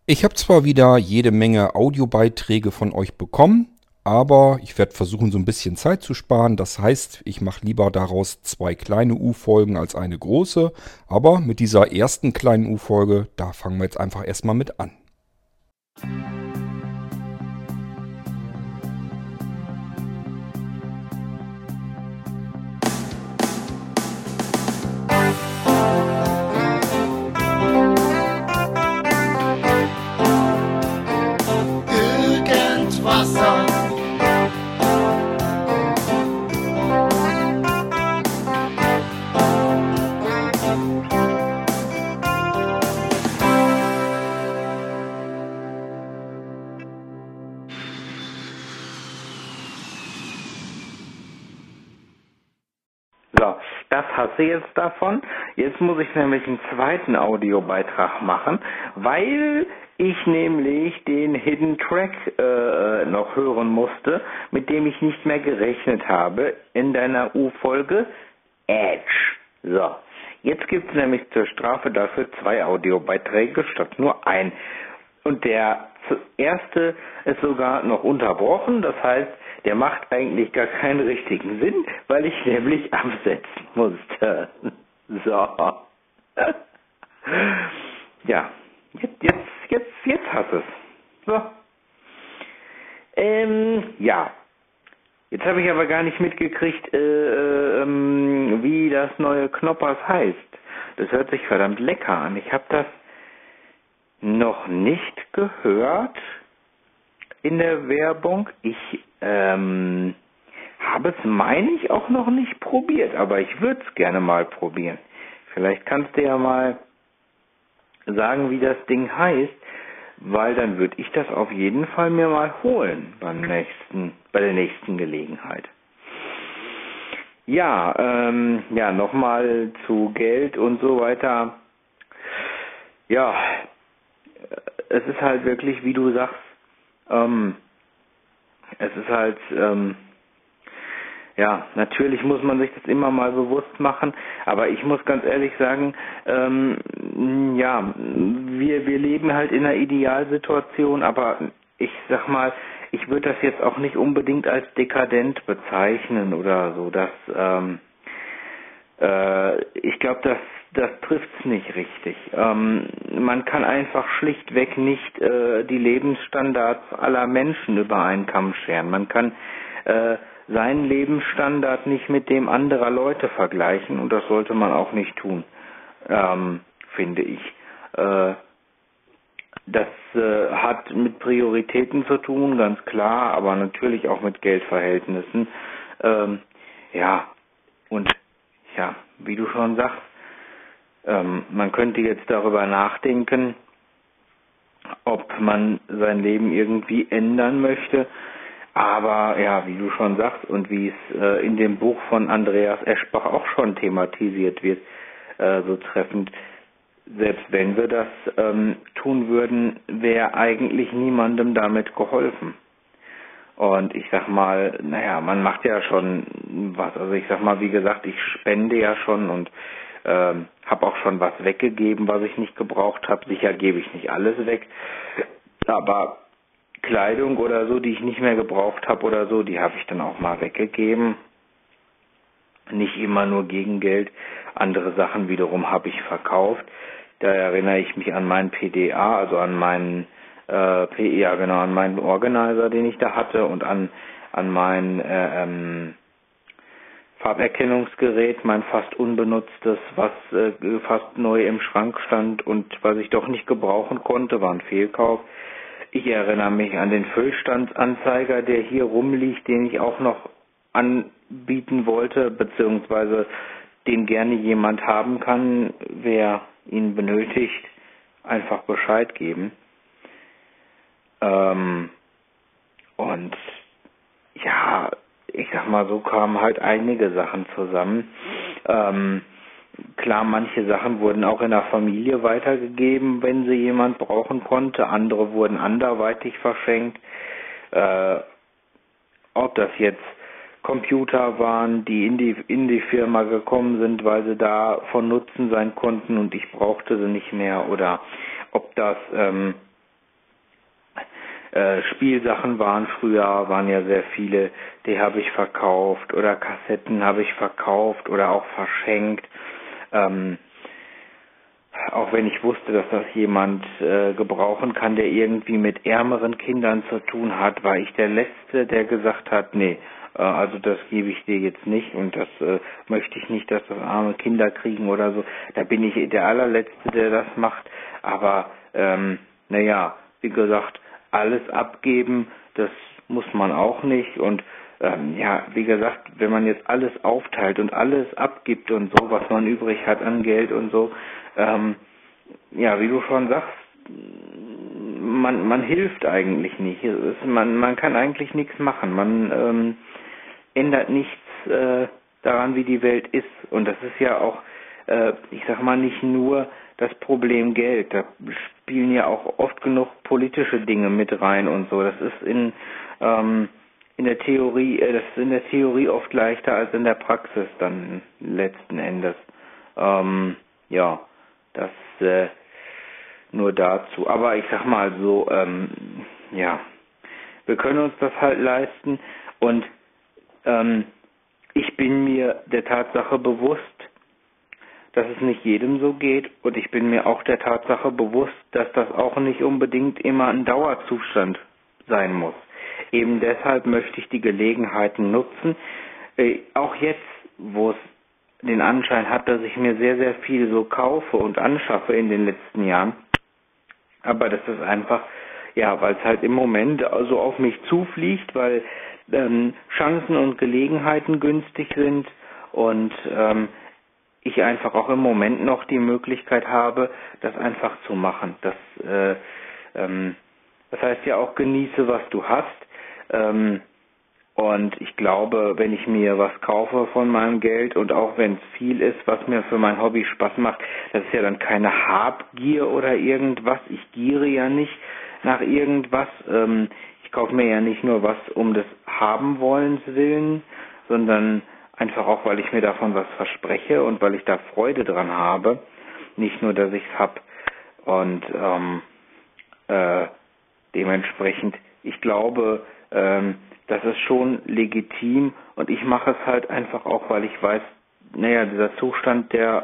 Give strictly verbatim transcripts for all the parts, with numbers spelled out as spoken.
Ich habe zwar wieder jede Menge Audiobeiträge von euch bekommen, aber ich werde versuchen, so ein bisschen Zeit zu sparen. Das heißt, ich mache lieber daraus zwei kleine U-Folgen als eine große. Aber mit dieser ersten kleinen U-Folge, da fangen wir jetzt einfach erstmal mit an. Irgendwasser. So, das hast du jetzt davon. Jetzt muss ich nämlich einen zweiten Audiobeitrag machen, weil ich nämlich den Hidden Track äh, noch hören musste, mit dem ich nicht mehr gerechnet habe in deiner U-Folge Edge. So, jetzt gibt es nämlich zur Strafe dafür zwei Audiobeiträge statt nur ein. Und der erste ist sogar noch unterbrochen, das heißt, der macht eigentlich gar keinen richtigen Sinn, weil ich nämlich absetzen musste. So. Ja, jetzt, jetzt, jetzt, jetzt hast es. So. Ähm, ja. Jetzt habe ich aber gar nicht mitgekriegt, äh, ähm, wie das neue Knoppers heißt. Das hört sich verdammt lecker an. Ich habe das noch nicht gehört in der Werbung. Ich ähm, habe es, meine ich, auch noch nicht probiert, aber ich würde es gerne mal probieren. Vielleicht kannst du ja mal sagen, wie das Ding heißt, weil dann würde ich das auf jeden Fall mir mal holen beim nächsten, bei der nächsten Gelegenheit. Ja, ähm, ja, nochmal zu Geld und so weiter. Ja, es ist halt wirklich, wie du sagst, ähm, es ist halt, ähm, ja, natürlich muss man sich das immer mal bewusst machen, aber ich muss ganz ehrlich sagen, ähm, ja, wir, wir leben halt in einer Idealsituation, aber ich sag mal, ich würde das jetzt auch nicht unbedingt als dekadent bezeichnen oder so, dass, ähm, äh, ich glaube, das, das trifft's nicht richtig. Ähm, man kann einfach schlichtweg nicht äh, die Lebensstandards aller Menschen über einen Kamm scheren. Man kann äh, seinen Lebensstandard nicht mit dem anderer Leute vergleichen und das sollte man auch nicht tun, ähm, finde ich. Äh, das äh, hat mit Prioritäten zu tun, ganz klar, aber natürlich auch mit Geldverhältnissen. Ähm, ja, und ja, wie du schon sagst, ähm, man könnte jetzt darüber nachdenken, ob man sein Leben irgendwie ändern möchte. Aber ja, wie du schon sagst und wie es äh, in dem Buch von Andreas Eschbach auch schon thematisiert wird, äh, so treffend, selbst wenn wir das ähm, tun würden, wäre eigentlich niemandem damit geholfen. Und ich sag mal, naja, man macht ja schon was. Also ich sag mal, wie gesagt, ich spende ja schon und ähm, habe auch schon was weggegeben, was ich nicht gebraucht habe. Sicher gebe ich nicht alles weg, aber Kleidung oder so, die ich nicht mehr gebraucht habe oder so, die habe ich dann auch mal weggegeben. Nicht immer nur gegen Geld. Andere Sachen wiederum habe ich verkauft. Da erinnere ich mich an meinen P D A, also an meinen äh, P, ja genau, an meinen Organizer, den ich da hatte und an an mein äh, ähm, Farberkennungsgerät, mein fast unbenutztes, was äh, fast neu im Schrank stand und was ich doch nicht gebrauchen konnte, war ein Fehlkauf. Ich erinnere mich an den Füllstandsanzeiger, der hier rumliegt, den ich auch noch anbieten wollte, beziehungsweise den gerne jemand haben kann, wer ihn benötigt, einfach Bescheid geben. Ähm, und ja, ich sag mal, so kamen halt einige Sachen zusammen. Ähm, klar, manche Sachen wurden auch in der Familie weitergegeben, wenn sie jemand brauchen konnte. Andere wurden anderweitig verschenkt. Äh, ob das jetzt Computer waren, die in die in die Firma gekommen sind, weil sie da von Nutzen sein konnten und ich brauchte sie nicht mehr, oder ob das ähm, äh, Spielsachen waren früher, waren ja sehr viele, die habe ich verkauft oder Kassetten habe ich verkauft oder auch verschenkt. Ähm, auch wenn ich wusste, dass das jemand äh, gebrauchen kann, der irgendwie mit ärmeren Kindern zu tun hat, war ich der Letzte, der gesagt hat, nee, äh, also das gebe ich dir jetzt nicht und das äh, möchte ich nicht, dass das arme Kinder kriegen oder so. Da bin ich der allerletzte, der das macht. Aber ähm, naja, wie gesagt, alles abgeben, das muss man auch nicht. Und ähm, ja, wie gesagt, wenn man jetzt alles aufteilt und alles abgibt und so, was man übrig hat an Geld und so, ähm, ja, wie du schon sagst, man, man hilft eigentlich nicht. Es ist, man, man kann eigentlich nichts machen. Man ähm, ändert nichts äh, daran, wie die Welt ist. Und das ist ja auch, äh, ich sag mal, nicht nur das Problem Geld. Da spielen ja auch oft genug politische Dinge mit rein und so. Das ist in ähm, in der Theorie, äh, das ist in der Theorie oft leichter als in der Praxis dann letzten Endes. Ähm, ja. Das äh, nur dazu. Aber ich sag mal so, ähm, ja, wir können uns das halt leisten und ähm, ich bin mir der Tatsache bewusst, dass es nicht jedem so geht und ich bin mir auch der Tatsache bewusst, dass das auch nicht unbedingt immer ein Dauerzustand sein muss. Eben deshalb möchte ich die Gelegenheiten nutzen, äh, auch jetzt, wo es den Anschein hat, dass ich mir sehr, sehr viel so kaufe und anschaffe in den letzten Jahren. Aber das ist einfach, ja, weil es halt im Moment so auf mich zufliegt, weil ähm, Chancen und Gelegenheiten günstig sind und ähm, ich einfach auch im Moment noch die Möglichkeit habe, das einfach zu machen. Das, äh, ähm, das heißt ja auch, genieße, was du hast. Ähm, Und ich glaube, wenn ich mir was kaufe von meinem Geld und auch wenn es viel ist, was mir für mein Hobby Spaß macht, das ist ja dann keine Habgier oder irgendwas. Ich giere ja nicht nach irgendwas. Ähm, ich kaufe mir ja nicht nur was um des Haben-Wollens willen, sondern einfach auch, weil ich mir davon was verspreche und weil ich da Freude dran habe. Nicht nur, dass ich es habe. Und ähm, äh, dementsprechend, ich glaube, ähm, das ist schon legitim und ich mache es halt einfach auch, weil ich weiß, naja, dieser Zustand, der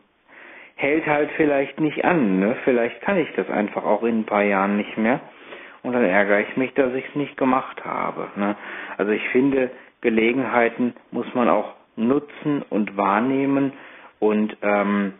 hält halt vielleicht nicht an, ne? Vielleicht kann ich das einfach auch in ein paar Jahren nicht mehr und dann ärgere ich mich, dass ich es nicht gemacht habe, ne? Also ich finde, Gelegenheiten muss man auch nutzen und wahrnehmen und ähm,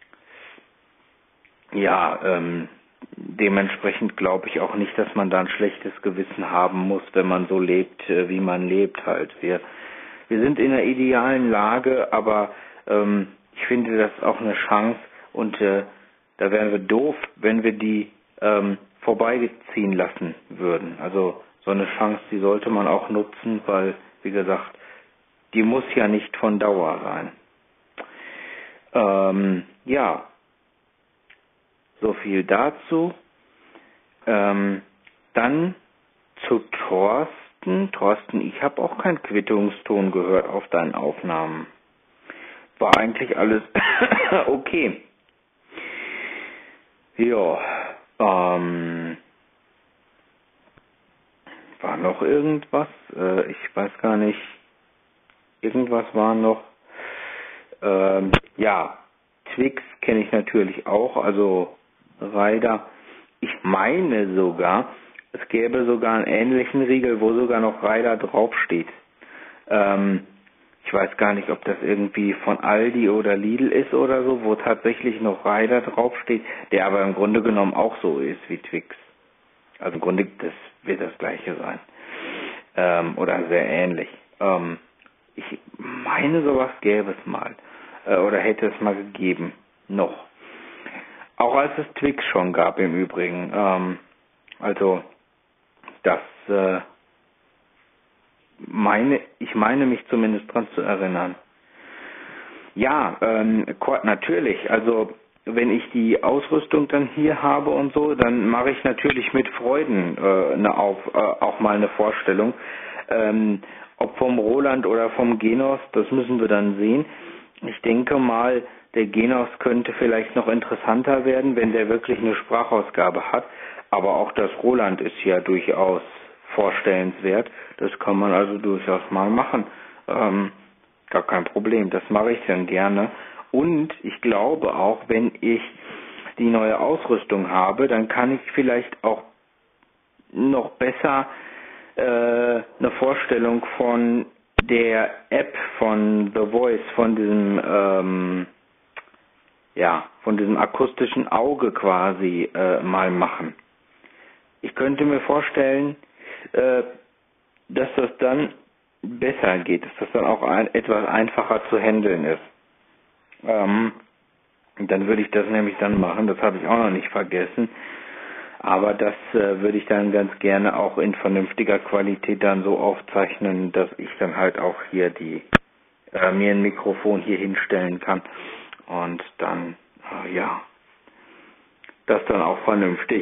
ja, ähm, dementsprechend glaube ich auch nicht, dass man da ein schlechtes Gewissen haben muss, wenn man so lebt, wie man lebt halt. Wir, wir sind in einer idealen Lage, aber ähm, ich finde, das ist auch eine Chance und äh, da wären wir doof, wenn wir die ähm, vorbeiziehen lassen würden. Also so eine Chance, die sollte man auch nutzen, weil, wie gesagt, die muss ja nicht von Dauer sein. Ähm, ja, so viel dazu. Ähm, dann zu Thorsten. Thorsten, ich habe auch keinen Quittungston gehört auf deinen Aufnahmen. War eigentlich alles okay. Ja, ähm, war noch irgendwas? Äh, ich weiß gar nicht. Irgendwas war noch. Ähm, ja, Twix kenne ich natürlich auch, also Rider. Ich meine sogar, es gäbe sogar einen ähnlichen Riegel, wo sogar noch Rider draufsteht. Ähm, ich weiß gar nicht, ob das irgendwie von Aldi oder Lidl ist oder so, wo tatsächlich noch Rider draufsteht, der aber im Grunde genommen auch so ist wie Twix. Also im Grunde das wird das gleiche sein. Ähm, oder sehr ähnlich. Ähm, ich meine, sowas gäbe es mal. Äh, oder hätte es mal gegeben. Noch. Auch als es Twix schon gab im Übrigen. Ähm, also das äh, meine, ich meine mich zumindest dran zu erinnern. Ja, ähm, natürlich. Also wenn ich die Ausrüstung dann hier habe und so, dann mache ich natürlich mit Freuden äh, eine auf, äh, auch mal eine Vorstellung. Ähm, ob vom Roland oder vom Genos, das müssen wir dann sehen. Ich denke mal, der Genos könnte vielleicht noch interessanter werden, wenn der wirklich eine Sprachausgabe hat. Aber auch das Roland ist ja durchaus vorstellenswert. Das kann man also durchaus mal machen. Ähm, gar kein Problem, das mache ich dann gerne. Und ich glaube auch, wenn ich die neue Ausrüstung habe, dann kann ich vielleicht auch noch besser äh, eine Vorstellung von der App von The Voice, von diesem ähm, ja, von diesem akustischen Auge quasi äh, mal machen. Ich könnte mir vorstellen, äh, dass das dann besser geht, dass das dann auch ein, etwas einfacher zu handeln ist. Ähm, dann würde ich das nämlich dann machen, das habe ich auch noch nicht vergessen. Aber das äh, würde ich dann ganz gerne auch in vernünftiger Qualität dann so aufzeichnen, dass ich dann halt auch hier die äh, mir ein Mikrofon hier hinstellen kann und dann, äh, ja, das dann auch vernünftig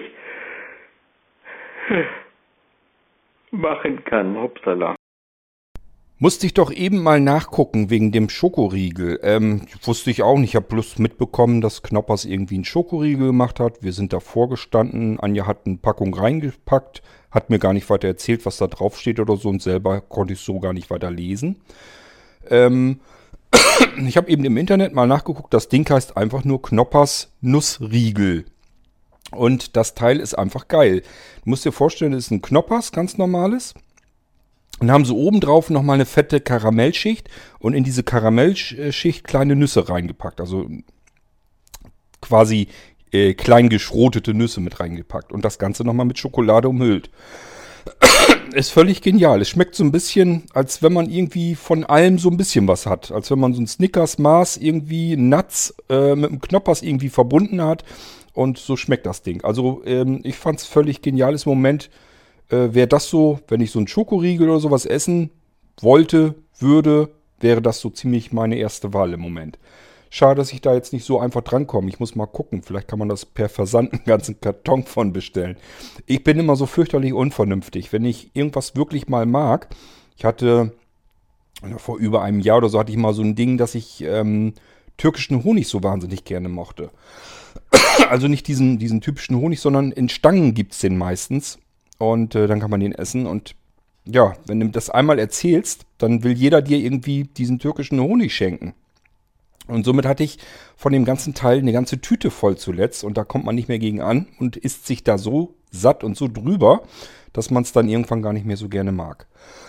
machen kann. Hupsala. Musste ich doch eben mal nachgucken wegen dem Schokoriegel. Ähm, wusste ich auch nicht. Ich habe bloß mitbekommen, dass Knoppers irgendwie einen Schokoriegel gemacht hat. Wir sind davor gestanden. Anja hat eine Packung reingepackt, hat mir gar nicht weiter erzählt, was da drauf steht oder so. Und selber konnte ich so gar nicht weiter lesen. Ähm, ich habe eben im Internet mal nachgeguckt. Das Ding heißt einfach nur Knoppers Nussriegel. Und das Teil ist einfach geil. Du musst dir vorstellen, das ist ein Knoppers, ganz normales. Und haben sie oben drauf nochmal eine fette Karamellschicht und in diese Karamellschicht kleine Nüsse reingepackt. Also quasi äh, klein geschrotete Nüsse mit reingepackt. Und das Ganze nochmal mit Schokolade umhüllt. Ist völlig genial. Es schmeckt so ein bisschen, als wenn man irgendwie von allem so ein bisschen was hat. Als wenn man so ein Snickers, Mars, irgendwie Nuts äh, mit einem Knoppers irgendwie verbunden hat. Und so schmeckt das Ding. Also ähm, ich fand es völlig geniales Moment. Äh, wäre das so, wenn ich so einen Schokoriegel oder sowas essen wollte, würde, wäre das so ziemlich meine erste Wahl im Moment. Schade, dass ich da jetzt nicht so einfach drankomme. Ich muss mal gucken. Vielleicht kann man das per Versand einen ganzen Karton von bestellen. Ich bin immer so fürchterlich unvernünftig. Wenn ich irgendwas wirklich mal mag, ich hatte vor über einem Jahr oder so, hatte ich mal so ein Ding, dass ich ähm, türkischen Honig so wahnsinnig gerne mochte. Also nicht diesen, diesen typischen Honig, sondern in Stangen gibt es den meistens. Und äh, dann kann man den essen. Und ja, wenn du das einmal erzählst, dann will jeder dir irgendwie diesen türkischen Honig schenken. Und somit hatte ich von dem ganzen Teil eine ganze Tüte voll zuletzt. Und da kommt man nicht mehr gegen an und isst sich da so satt und so drüber, dass man es dann irgendwann gar nicht mehr so gerne mag.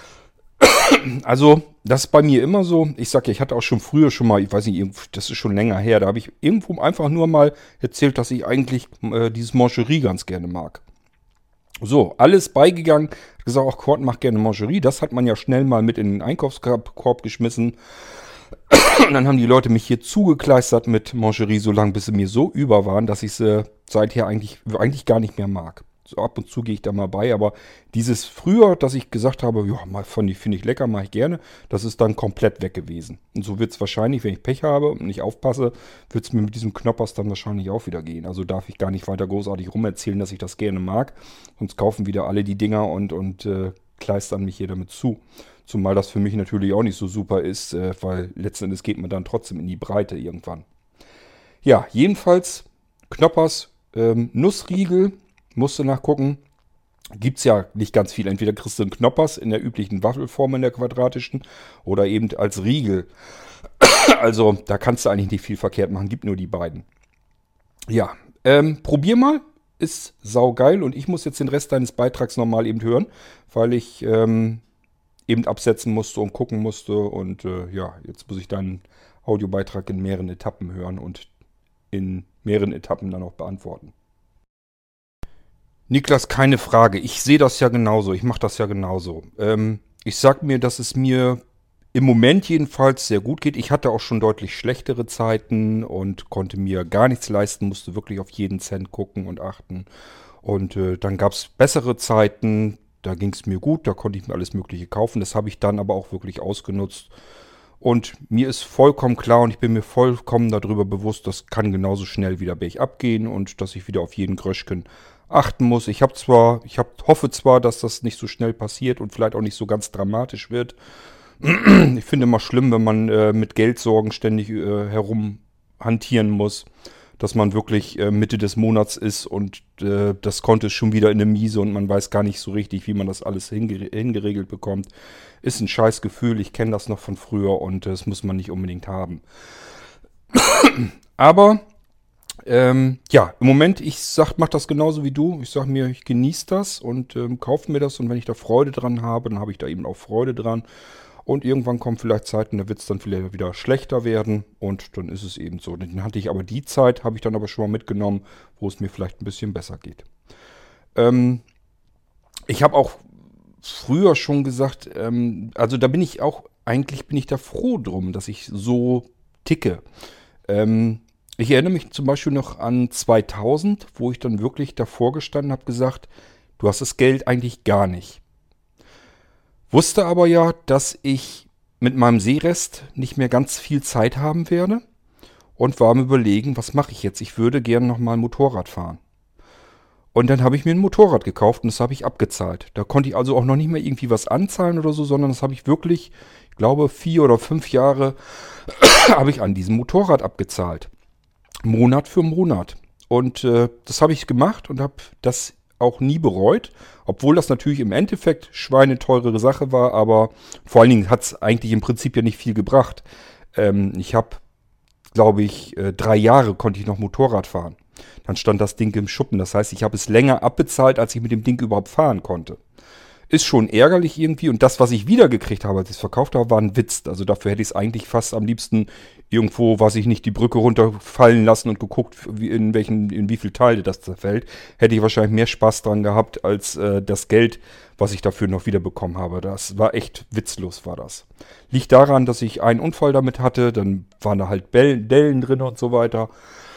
Also, das ist bei mir immer so. Ich sag ja, ich hatte auch schon früher schon mal, ich weiß nicht, das ist schon länger her, da habe ich irgendwo einfach nur mal erzählt, dass ich eigentlich äh, dieses Mancherie ganz gerne mag. So, alles beigegangen, gesagt, auch Kurt macht gerne Mancherie. Das hat man ja schnell mal mit in den Einkaufskorb geschmissen. Und dann haben die Leute mich hier zugekleistert mit Mancherie so lange, bis sie mir so über waren, dass ich sie seither eigentlich, eigentlich gar nicht mehr mag. So ab und zu gehe ich da mal bei, aber dieses früher, dass ich gesagt habe, ja, mal finde ich, find ich lecker, mache ich gerne, das ist dann komplett weg gewesen. Und so wird es wahrscheinlich, wenn ich Pech habe und nicht aufpasse, wird es mir mit diesem Knoppers dann wahrscheinlich auch wieder gehen. Also darf ich gar nicht weiter großartig rumerzählen, dass ich das gerne mag. Sonst kaufen wieder alle die Dinger und, und äh, kleistern mich hier damit zu. Zumal das für mich natürlich auch nicht so super ist, äh, weil letzten Endes geht man dann trotzdem in die Breite irgendwann. Ja, jedenfalls Knoppers, ähm, Nussriegel, musste nachgucken. Gibt es ja nicht ganz viel. Entweder kriegst du einen Knoppers in der üblichen Waffelform, in der quadratischen, oder eben als Riegel. Also da kannst du eigentlich nicht viel verkehrt machen. Gibt nur die beiden. Ja, ähm, probier mal. Ist saugeil. Und ich muss jetzt den Rest deines Beitrags nochmal eben hören, weil ich ähm, eben absetzen musste und gucken musste. Und äh, ja, jetzt muss ich deinen Audiobeitrag in mehreren Etappen hören und in mehreren Etappen dann auch beantworten. Niklas, keine Frage. Ich sehe das ja genauso. Ich mache das ja genauso. Ähm, ich sag mir, dass es mir im Moment jedenfalls sehr gut geht. Ich hatte auch schon deutlich schlechtere Zeiten und konnte mir gar nichts leisten, musste wirklich auf jeden Cent gucken und achten. Und äh, dann gab es bessere Zeiten, da ging es mir gut, da konnte ich mir alles Mögliche kaufen. Das habe ich dann aber auch wirklich ausgenutzt. Und mir ist vollkommen klar und ich bin mir vollkommen darüber bewusst, das kann genauso schnell wieder bergab gehen und dass ich wieder auf jeden Gröschken achten muss. Ich habe zwar, ich hab, hoffe zwar, dass das nicht so schnell passiert und vielleicht auch nicht so ganz dramatisch wird. Ich finde immer schlimm, wenn man äh, mit Geldsorgen ständig äh, herum hantieren muss. dass man wirklich äh, Mitte des Monats ist und äh, das Konto ist schon wieder in der Miese und man weiß gar nicht so richtig, wie man das alles hinge hingeregelt bekommt. Ist ein scheiß Gefühl, ich kenne das noch von früher und äh, das muss man nicht unbedingt haben. Aber ähm, ja, im Moment, ich sag, mach das genauso wie du. Ich sag mir, ich genieße das und ähm, kaufe mir das und wenn ich da Freude dran habe, dann habe ich da eben auch Freude dran. Und irgendwann kommen vielleicht Zeiten, da wird es dann vielleicht wieder schlechter werden und dann ist es eben so. Dann hatte ich aber die Zeit, habe ich dann aber schon mal mitgenommen, wo es mir vielleicht ein bisschen besser geht. Ähm, ich habe auch früher schon gesagt, ähm, also da bin ich auch, eigentlich bin ich da froh drum, dass ich so ticke. Ähm, ich erinnere mich zum Beispiel noch an zweitausend, wo ich dann wirklich davor gestanden habe, gesagt, du hast das Geld eigentlich gar nicht. Wusste aber ja, dass ich mit meinem Seerest nicht mehr ganz viel Zeit haben werde und war am Überlegen, was mache ich jetzt? Ich würde gerne nochmal Motorrad fahren. Und dann habe ich mir ein Motorrad gekauft und das habe ich abgezahlt. Da konnte ich also auch noch nicht mehr irgendwie was anzahlen oder so, sondern das habe ich wirklich, ich glaube, vier oder fünf Jahre habe ich an diesem Motorrad abgezahlt. Monat für Monat. Und äh, das habe ich gemacht und habe das auch nie bereut, obwohl das natürlich im Endeffekt schweineteurere Sache war, aber vor allen Dingen hat es eigentlich im Prinzip ja nicht viel gebracht. Ähm, ich habe, glaube ich, äh, drei Jahre konnte ich noch Motorrad fahren. Dann stand das Ding im Schuppen. Das heißt, ich habe es länger abbezahlt, als ich mit dem Ding überhaupt fahren konnte. Ist schon ärgerlich irgendwie. Und das, was ich wiedergekriegt habe, als ich es verkauft habe, war ein Witz. Also dafür hätte ich es eigentlich fast am liebsten irgendwo, weiß ich nicht, die Brücke runterfallen lassen und geguckt, wie, in welchen, in wie viel Teile das zerfällt. Hätte ich wahrscheinlich mehr Spaß dran gehabt, als äh, das Geld, was ich dafür noch wiederbekommen habe. Das war echt witzlos, war das. Liegt daran, dass ich einen Unfall damit hatte. Dann waren da halt Bell- Dellen drin und so weiter.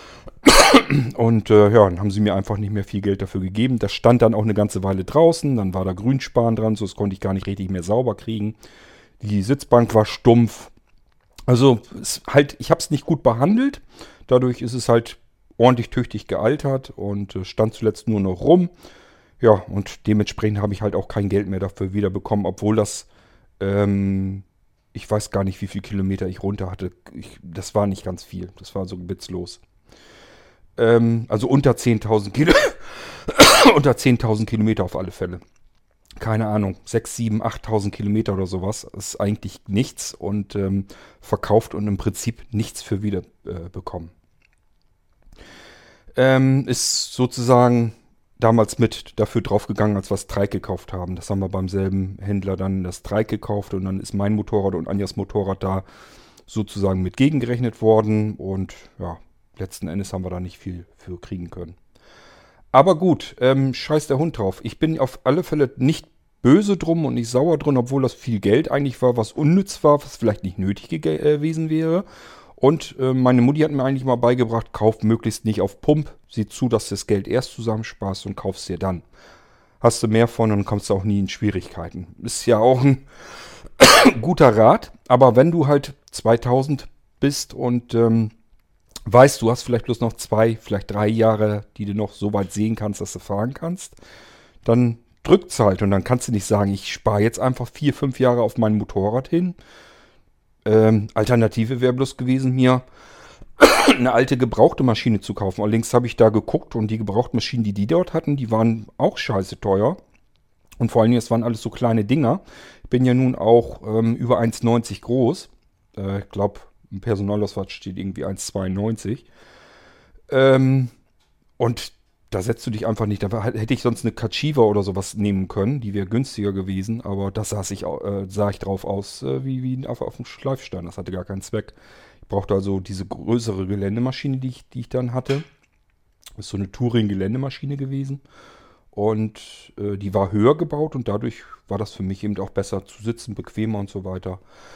Und äh, ja, dann haben sie mir einfach nicht mehr viel Geld dafür gegeben. Das stand dann auch eine ganze Weile draußen. Dann war da Grünspan dran, so das konnte ich gar nicht richtig mehr sauber kriegen. Die Sitzbank war stumpf. Also es halt, ich habe es nicht gut behandelt. Dadurch ist es halt ordentlich tüchtig gealtert und äh, stand zuletzt nur noch rum. Ja, und dementsprechend habe ich halt auch kein Geld mehr dafür wiederbekommen, obwohl das, ähm, ich weiß gar nicht, wie viele Kilometer ich runter hatte. Ich, das war nicht ganz viel. Das war so witzlos. Ähm, also unter zehntausend Kilo, unter zehntausend Kilometer auf alle Fälle. Keine Ahnung, sechstausend, siebentausend, achttausend Kilometer oder sowas. Ist eigentlich nichts und ähm, verkauft und im Prinzip nichts für wieder äh, bekommen. Ähm, ist sozusagen damals mit dafür draufgegangen, als wir das Trike gekauft haben. Das haben wir beim selben Händler dann das Trike gekauft und dann ist mein Motorrad und Anjas Motorrad da sozusagen mit gegengerechnet worden und ja, letzten Endes haben wir da nicht viel für kriegen können. Aber gut, ähm, scheiß der Hund drauf. Ich bin auf alle Fälle nicht böse drum und nicht sauer drum, obwohl das viel Geld eigentlich war, was unnütz war, was vielleicht nicht nötig gewesen wäre. Und äh, meine Mutti hat mir eigentlich mal beigebracht, kauf möglichst nicht auf Pump. Sieh zu, dass du das Geld erst zusammensparst und kaufst dir dann. Hast du mehr von und kommst auch nie in Schwierigkeiten. Ist ja auch ein guter Rat, aber wenn du halt zweitausend bist und ähm, weißt, du hast vielleicht bloß noch zwei, vielleicht drei Jahre, die du noch so weit sehen kannst, dass du fahren kannst, dann drückt's halt und dann kannst du nicht sagen, ich spare jetzt einfach vier, fünf Jahre auf mein Motorrad hin. Ähm, Alternative wäre bloß gewesen, mir eine alte gebrauchte Maschine zu kaufen. Allerdings habe ich da geguckt und die Gebrauchtmaschinen, die die dort hatten, die waren auch scheiße teuer. Und vor allen Dingen, es waren alles so kleine Dinger. Ich bin ja nun auch ähm, über eins neunzig groß. Äh, ich glaube, im Personalausweis steht irgendwie eins zweiundneunzig. Ähm, und da setzt du dich einfach nicht. Da hätte ich sonst eine Kachiva oder sowas nehmen können. Die wäre günstiger gewesen. Aber da saß ich, äh, sah ich drauf aus äh, wie, wie auf, auf dem Schleifstein. Das hatte gar keinen Zweck. Ich brauchte also diese größere Geländemaschine, die ich, die ich dann hatte. Das ist so eine Touring-Geländemaschine gewesen. Und äh, die war höher gebaut und dadurch war das für mich eben auch besser zu sitzen, bequemer und so weiter.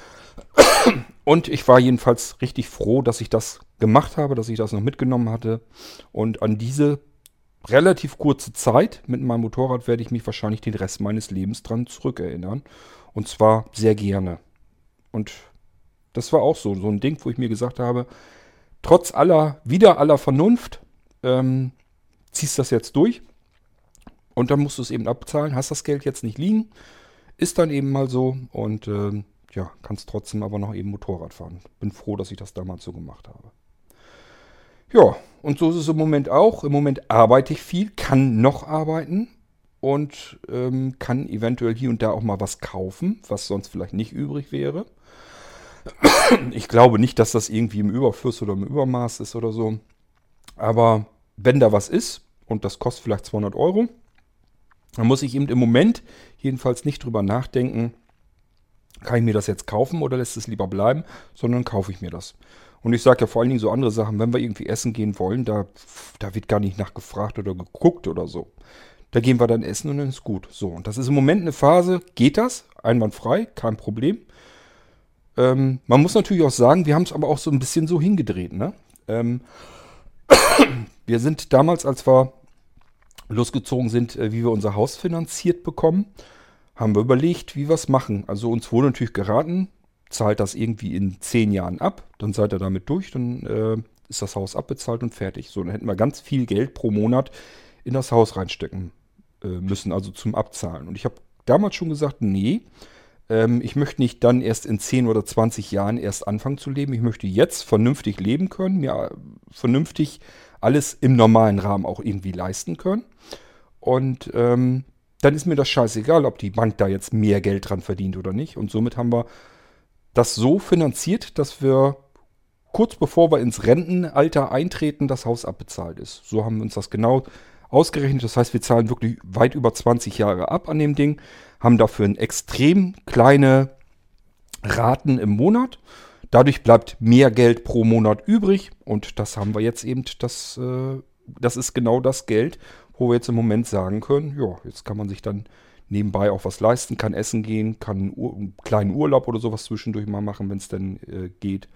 Und ich war jedenfalls richtig froh, dass ich das gemacht habe, dass ich das noch mitgenommen hatte. Und an diese relativ kurze Zeit mit meinem Motorrad werde ich mich wahrscheinlich den Rest meines Lebens dran zurückerinnern. Und zwar sehr gerne. Und das war auch so, so ein Ding, wo ich mir gesagt habe, trotz aller, wider aller Vernunft, ähm, ziehst das jetzt durch. Und dann musst du es eben abzahlen, hast das Geld jetzt nicht liegen. Ist dann eben mal so und ähm, ja, kannst trotzdem aber noch eben Motorrad fahren. Bin froh, dass ich das damals so gemacht habe. Ja, und so ist es im Moment auch. Im Moment arbeite ich viel, kann noch arbeiten und ähm, kann eventuell hier und da auch mal was kaufen, was sonst vielleicht nicht übrig wäre. Ich glaube nicht, dass das irgendwie im Überfluss oder im Übermaß ist oder so. Aber wenn da was ist und das kostet vielleicht zweihundert Euro, dann muss ich eben im Moment jedenfalls nicht drüber nachdenken, kann ich mir das jetzt kaufen oder lässt es lieber bleiben, sondern kaufe ich mir das. Und ich sage ja vor allen Dingen so andere Sachen, wenn wir irgendwie essen gehen wollen, da, da wird gar nicht nachgefragt oder geguckt oder so. Da gehen wir dann essen und dann ist gut. So, und das ist im Moment eine Phase, geht das, einwandfrei, kein Problem. Ähm, man muss natürlich auch sagen, wir haben es aber auch so ein bisschen so hingedreht, ne? Ähm, wir sind damals, als wir losgezogen sind, äh, wie wir unser Haus finanziert bekommen, haben wir überlegt, wie wir es machen. Also uns wurde natürlich geraten, zahlt das irgendwie in zehn Jahren ab, dann seid ihr damit durch, dann äh, ist das Haus abbezahlt und fertig. So, dann hätten wir ganz viel Geld pro Monat in das Haus reinstecken äh, müssen, also zum Abzahlen. Und ich habe damals schon gesagt, nee, ähm, ich möchte nicht dann erst in zehn oder zwanzig Jahren erst anfangen zu leben. Ich möchte jetzt vernünftig leben können, mir äh, vernünftig alles im normalen Rahmen auch irgendwie leisten können. Und ähm, dann ist mir das scheißegal, ob die Bank da jetzt mehr Geld dran verdient oder nicht. Und somit haben wir das so finanziert, dass wir kurz bevor wir ins Rentenalter eintreten, das Haus abbezahlt ist. So haben wir uns das genau ausgerechnet. Das heißt, wir zahlen wirklich weit über zwanzig Jahre ab an dem Ding, haben dafür ein extrem kleine Raten im Monat. Dadurch bleibt mehr Geld pro Monat übrig und das haben wir jetzt eben, das, äh, das ist genau das Geld, wo wir jetzt im Moment sagen können, ja, jetzt kann man sich dann nebenbei auch was leisten, kann essen gehen, kann einen, Ur einen kleinen Urlaub oder sowas zwischendurch mal machen, wenn es denn äh, geht.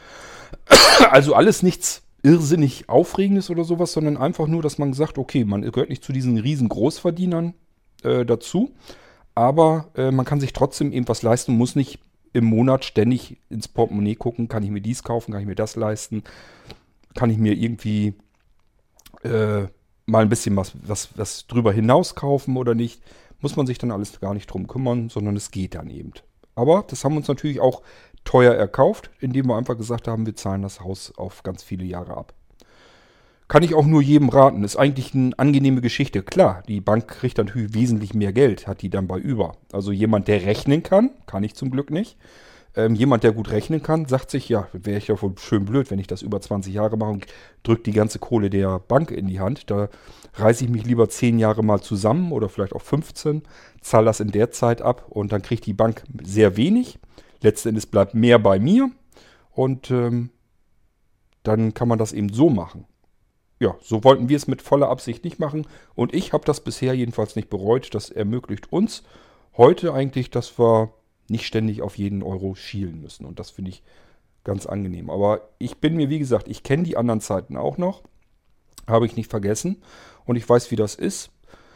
Also alles nichts irrsinnig Aufregendes oder sowas, sondern einfach nur, dass man sagt, okay, man gehört nicht zu diesen riesen Großverdienern äh, dazu, aber äh, man kann sich trotzdem eben was leisten, muss nicht im Monat ständig ins Portemonnaie gucken, kann ich mir dies kaufen, kann ich mir das leisten, kann ich mir irgendwie äh, mal ein bisschen was, was, was drüber hinaus kaufen oder nicht, muss man sich dann alles gar nicht drum kümmern, sondern es geht dann eben. Aber das haben wir uns natürlich auch teuer erkauft, indem wir einfach gesagt haben, wir zahlen das Haus auf ganz viele Jahre ab. Kann ich auch nur jedem raten. Ist eigentlich eine angenehme Geschichte. Klar, die Bank kriegt natürlich wesentlich mehr Geld, hat die dann bei über. Also jemand, der rechnen kann, kann ich zum Glück nicht. Ähm, jemand, der gut rechnen kann, sagt sich, ja, wäre ich ja wohl schön blöd, wenn ich das über zwanzig Jahre mache und drücke die ganze Kohle der Bank in die Hand. Da reiße ich mich lieber zehn Jahre mal zusammen oder vielleicht auch fünfzehn, zahle das in der Zeit ab und dann kriegt die Bank sehr wenig. Letzten Endes bleibt mehr bei mir und ähm, dann kann man das eben so machen. Ja, so wollten wir es mit voller Absicht nicht machen und ich habe das bisher jedenfalls nicht bereut. Das ermöglicht uns heute eigentlich, dass wir nicht ständig auf jeden Euro schielen müssen und das finde ich ganz angenehm. Aber ich bin mir, wie gesagt, ich kenne die anderen Zeiten auch noch, habe ich nicht vergessen und ich weiß, wie das ist.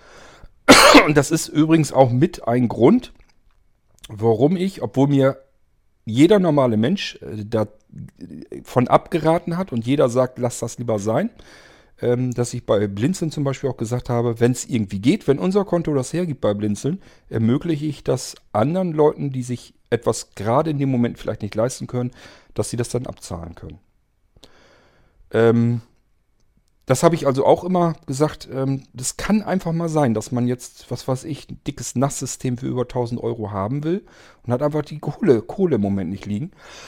Und das ist übrigens auch mit ein Grund, warum ich, obwohl mir jeder normale Mensch äh, davon abgeraten hat und jeder sagt, lass das lieber sein, ähm, dass ich bei Blinzeln zum Beispiel auch gesagt habe, wenn es irgendwie geht, wenn unser Konto das hergibt bei Blinzeln, ermögliche ich das anderen Leuten, die sich etwas gerade in dem Moment vielleicht nicht leisten können, dass sie das dann abzahlen können. Ähm, das habe ich also auch immer gesagt, ähm, das kann einfach mal sein, dass man jetzt, was weiß ich, ein dickes Nasssystem für über tausend Euro haben will und hat einfach die Kohle, Kohle im Moment nicht liegen.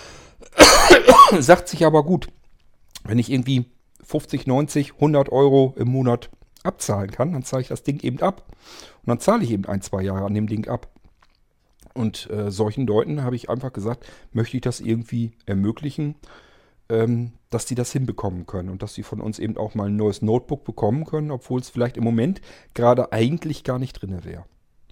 Sagt sich aber gut, wenn ich irgendwie fünfzig, neunzig, hundert Euro im Monat abzahlen kann, dann zahle ich das Ding eben ab. Und dann zahle ich eben ein, zwei Jahre an dem Ding ab. Und äh, solchen Leuten habe ich einfach gesagt, möchte ich das irgendwie ermöglichen, ähm, dass die das hinbekommen können und dass sie von uns eben auch mal ein neues Notebook bekommen können, obwohl es vielleicht im Moment gerade eigentlich gar nicht drin wäre.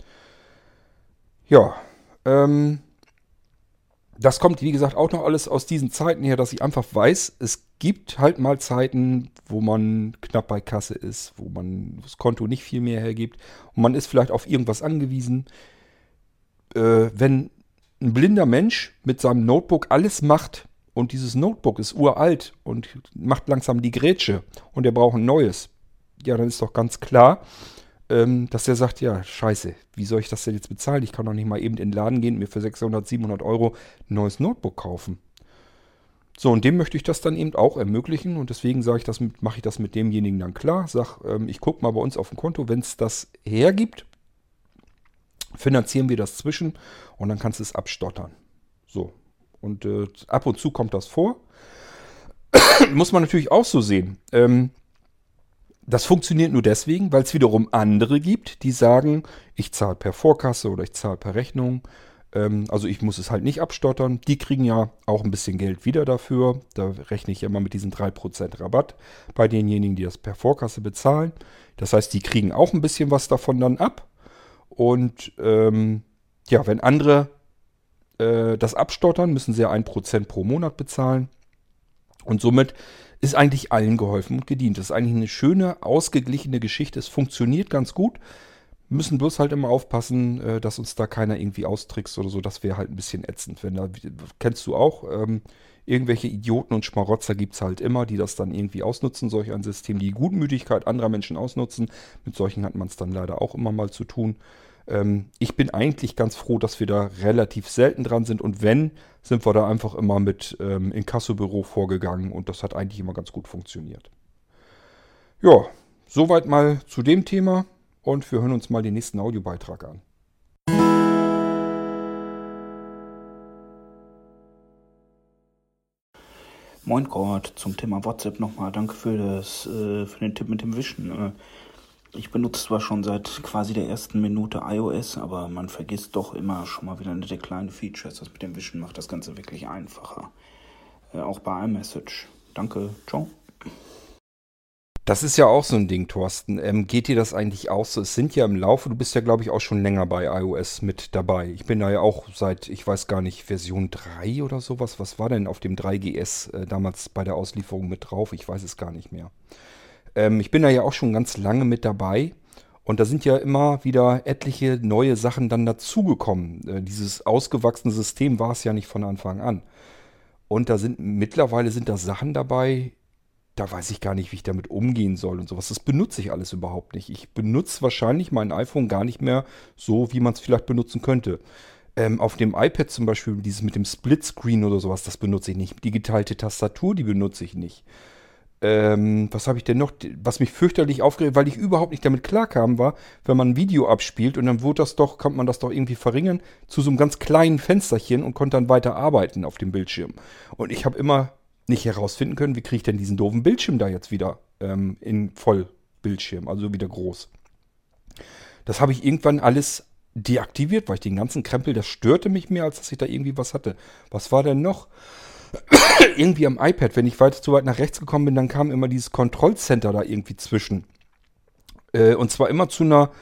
Ja, ähm, das kommt, wie gesagt, auch noch alles aus diesen Zeiten her, dass ich einfach weiß, es gibt halt mal Zeiten, wo man knapp bei Kasse ist, wo man das Konto nicht viel mehr hergibt und man ist vielleicht auf irgendwas angewiesen. Äh, wenn ein blinder Mensch mit seinem Notebook alles macht und dieses Notebook ist uralt und macht langsam die Grätsche und er braucht ein neues, ja, dann ist doch ganz klar, ähm, dass der sagt, ja, scheiße, wie soll ich das denn jetzt bezahlen? Ich kann doch nicht mal eben in den Laden gehen und mir für sechshundert, siebenhundert Euro ein neues Notebook kaufen. So, und dem möchte ich das dann eben auch ermöglichen und deswegen sage ich das, mache ich das mit demjenigen dann klar. Sag, ähm, ich gucke mal bei uns auf dem Konto, wenn es das hergibt, finanzieren wir das zwischen und dann kannst du es abstottern. So, und äh, ab und zu kommt das vor. Muss man natürlich auch so sehen. Ähm, das funktioniert nur deswegen, weil es wiederum andere gibt, die sagen, ich zahle per Vorkasse oder ich zahle per Rechnung. Also ich muss es halt nicht abstottern. Die kriegen ja auch ein bisschen Geld wieder dafür. Da rechne ich ja immer mit diesen drei Prozent Rabatt bei denjenigen, die das per Vorkasse bezahlen. Das heißt, die kriegen auch ein bisschen was davon dann ab. Und ähm, ja, wenn andere äh, das abstottern, müssen sie ja ein Prozent pro Monat bezahlen. Und somit ist eigentlich allen geholfen und gedient. Das ist eigentlich eine schöne, ausgeglichene Geschichte. Es funktioniert ganz gut. Müssen bloß halt immer aufpassen, dass uns da keiner irgendwie austrickst oder so. Das wäre halt ein bisschen ätzend. Wenn da, kennst du auch, ähm, irgendwelche Idioten und Schmarotzer gibt es halt immer, die das dann irgendwie ausnutzen, solch ein System, die Gutmütigkeit anderer Menschen ausnutzen. Mit solchen hat man es dann leider auch immer mal zu tun. Ähm, ich bin eigentlich ganz froh, dass wir da relativ selten dran sind. Und wenn, sind wir da einfach immer mit ähm, Inkassobüro vorgegangen. Und das hat eigentlich immer ganz gut funktioniert. Ja, soweit mal zu dem Thema. Und wir hören uns mal den nächsten Audiobeitrag an. Moin Gott, zum Thema WhatsApp nochmal. Danke für, das, äh, für den Tipp mit dem Wischen. Äh, ich benutze zwar schon seit quasi der ersten Minute iOS, aber man vergisst doch immer schon mal wieder nette kleine Features. Das mit dem Wischen macht das Ganze wirklich einfacher. Äh, auch bei iMessage. Danke, ciao. Das ist ja auch so ein Ding, Thorsten. Ähm, geht dir das eigentlich auch so? Es sind ja im Laufe, du bist ja, glaube ich, auch schon länger bei iOS mit dabei. Ich bin da ja auch seit, ich weiß gar nicht, Version drei oder sowas. Was war denn auf dem drei G S äh, damals bei der Auslieferung mit drauf? Ich weiß es gar nicht mehr. Ähm, ich bin da ja auch schon ganz lange mit dabei. Und da sind ja immer wieder etliche neue Sachen dann dazugekommen. Äh, dieses ausgewachsene System war es ja nicht von Anfang an. Und da sind mittlerweile sind da Sachen dabei, da weiß ich gar nicht, wie ich damit umgehen soll und sowas. Das benutze ich alles überhaupt nicht. Ich benutze wahrscheinlich mein iPhone gar nicht mehr so, wie man es vielleicht benutzen könnte. Ähm, auf dem iPad zum Beispiel, dieses mit dem Splitscreen oder sowas, das benutze ich nicht. Die geteilte Tastatur, die benutze ich nicht. Ähm, was habe ich denn noch? Was mich fürchterlich aufgeregt, weil ich überhaupt nicht damit klarkam, war, wenn man ein Video abspielt und dann wurde das doch, kann man das doch irgendwie verringern zu so einem ganz kleinen Fensterchen und konnte dann weiter arbeiten auf dem Bildschirm. Und ich habe immer nicht herausfinden können, wie kriege ich denn diesen doofen Bildschirm da jetzt wieder ähm, in Vollbildschirm, also wieder groß. Das habe ich irgendwann alles deaktiviert, weil ich den ganzen Krempel, das störte mich mehr, als dass ich da irgendwie was hatte. Was war denn noch? Irgendwie am iPad, wenn ich weiter zu weit nach rechts gekommen bin, dann kam immer dieses Kontrollcenter da irgendwie zwischen. Äh, und zwar immer zu einer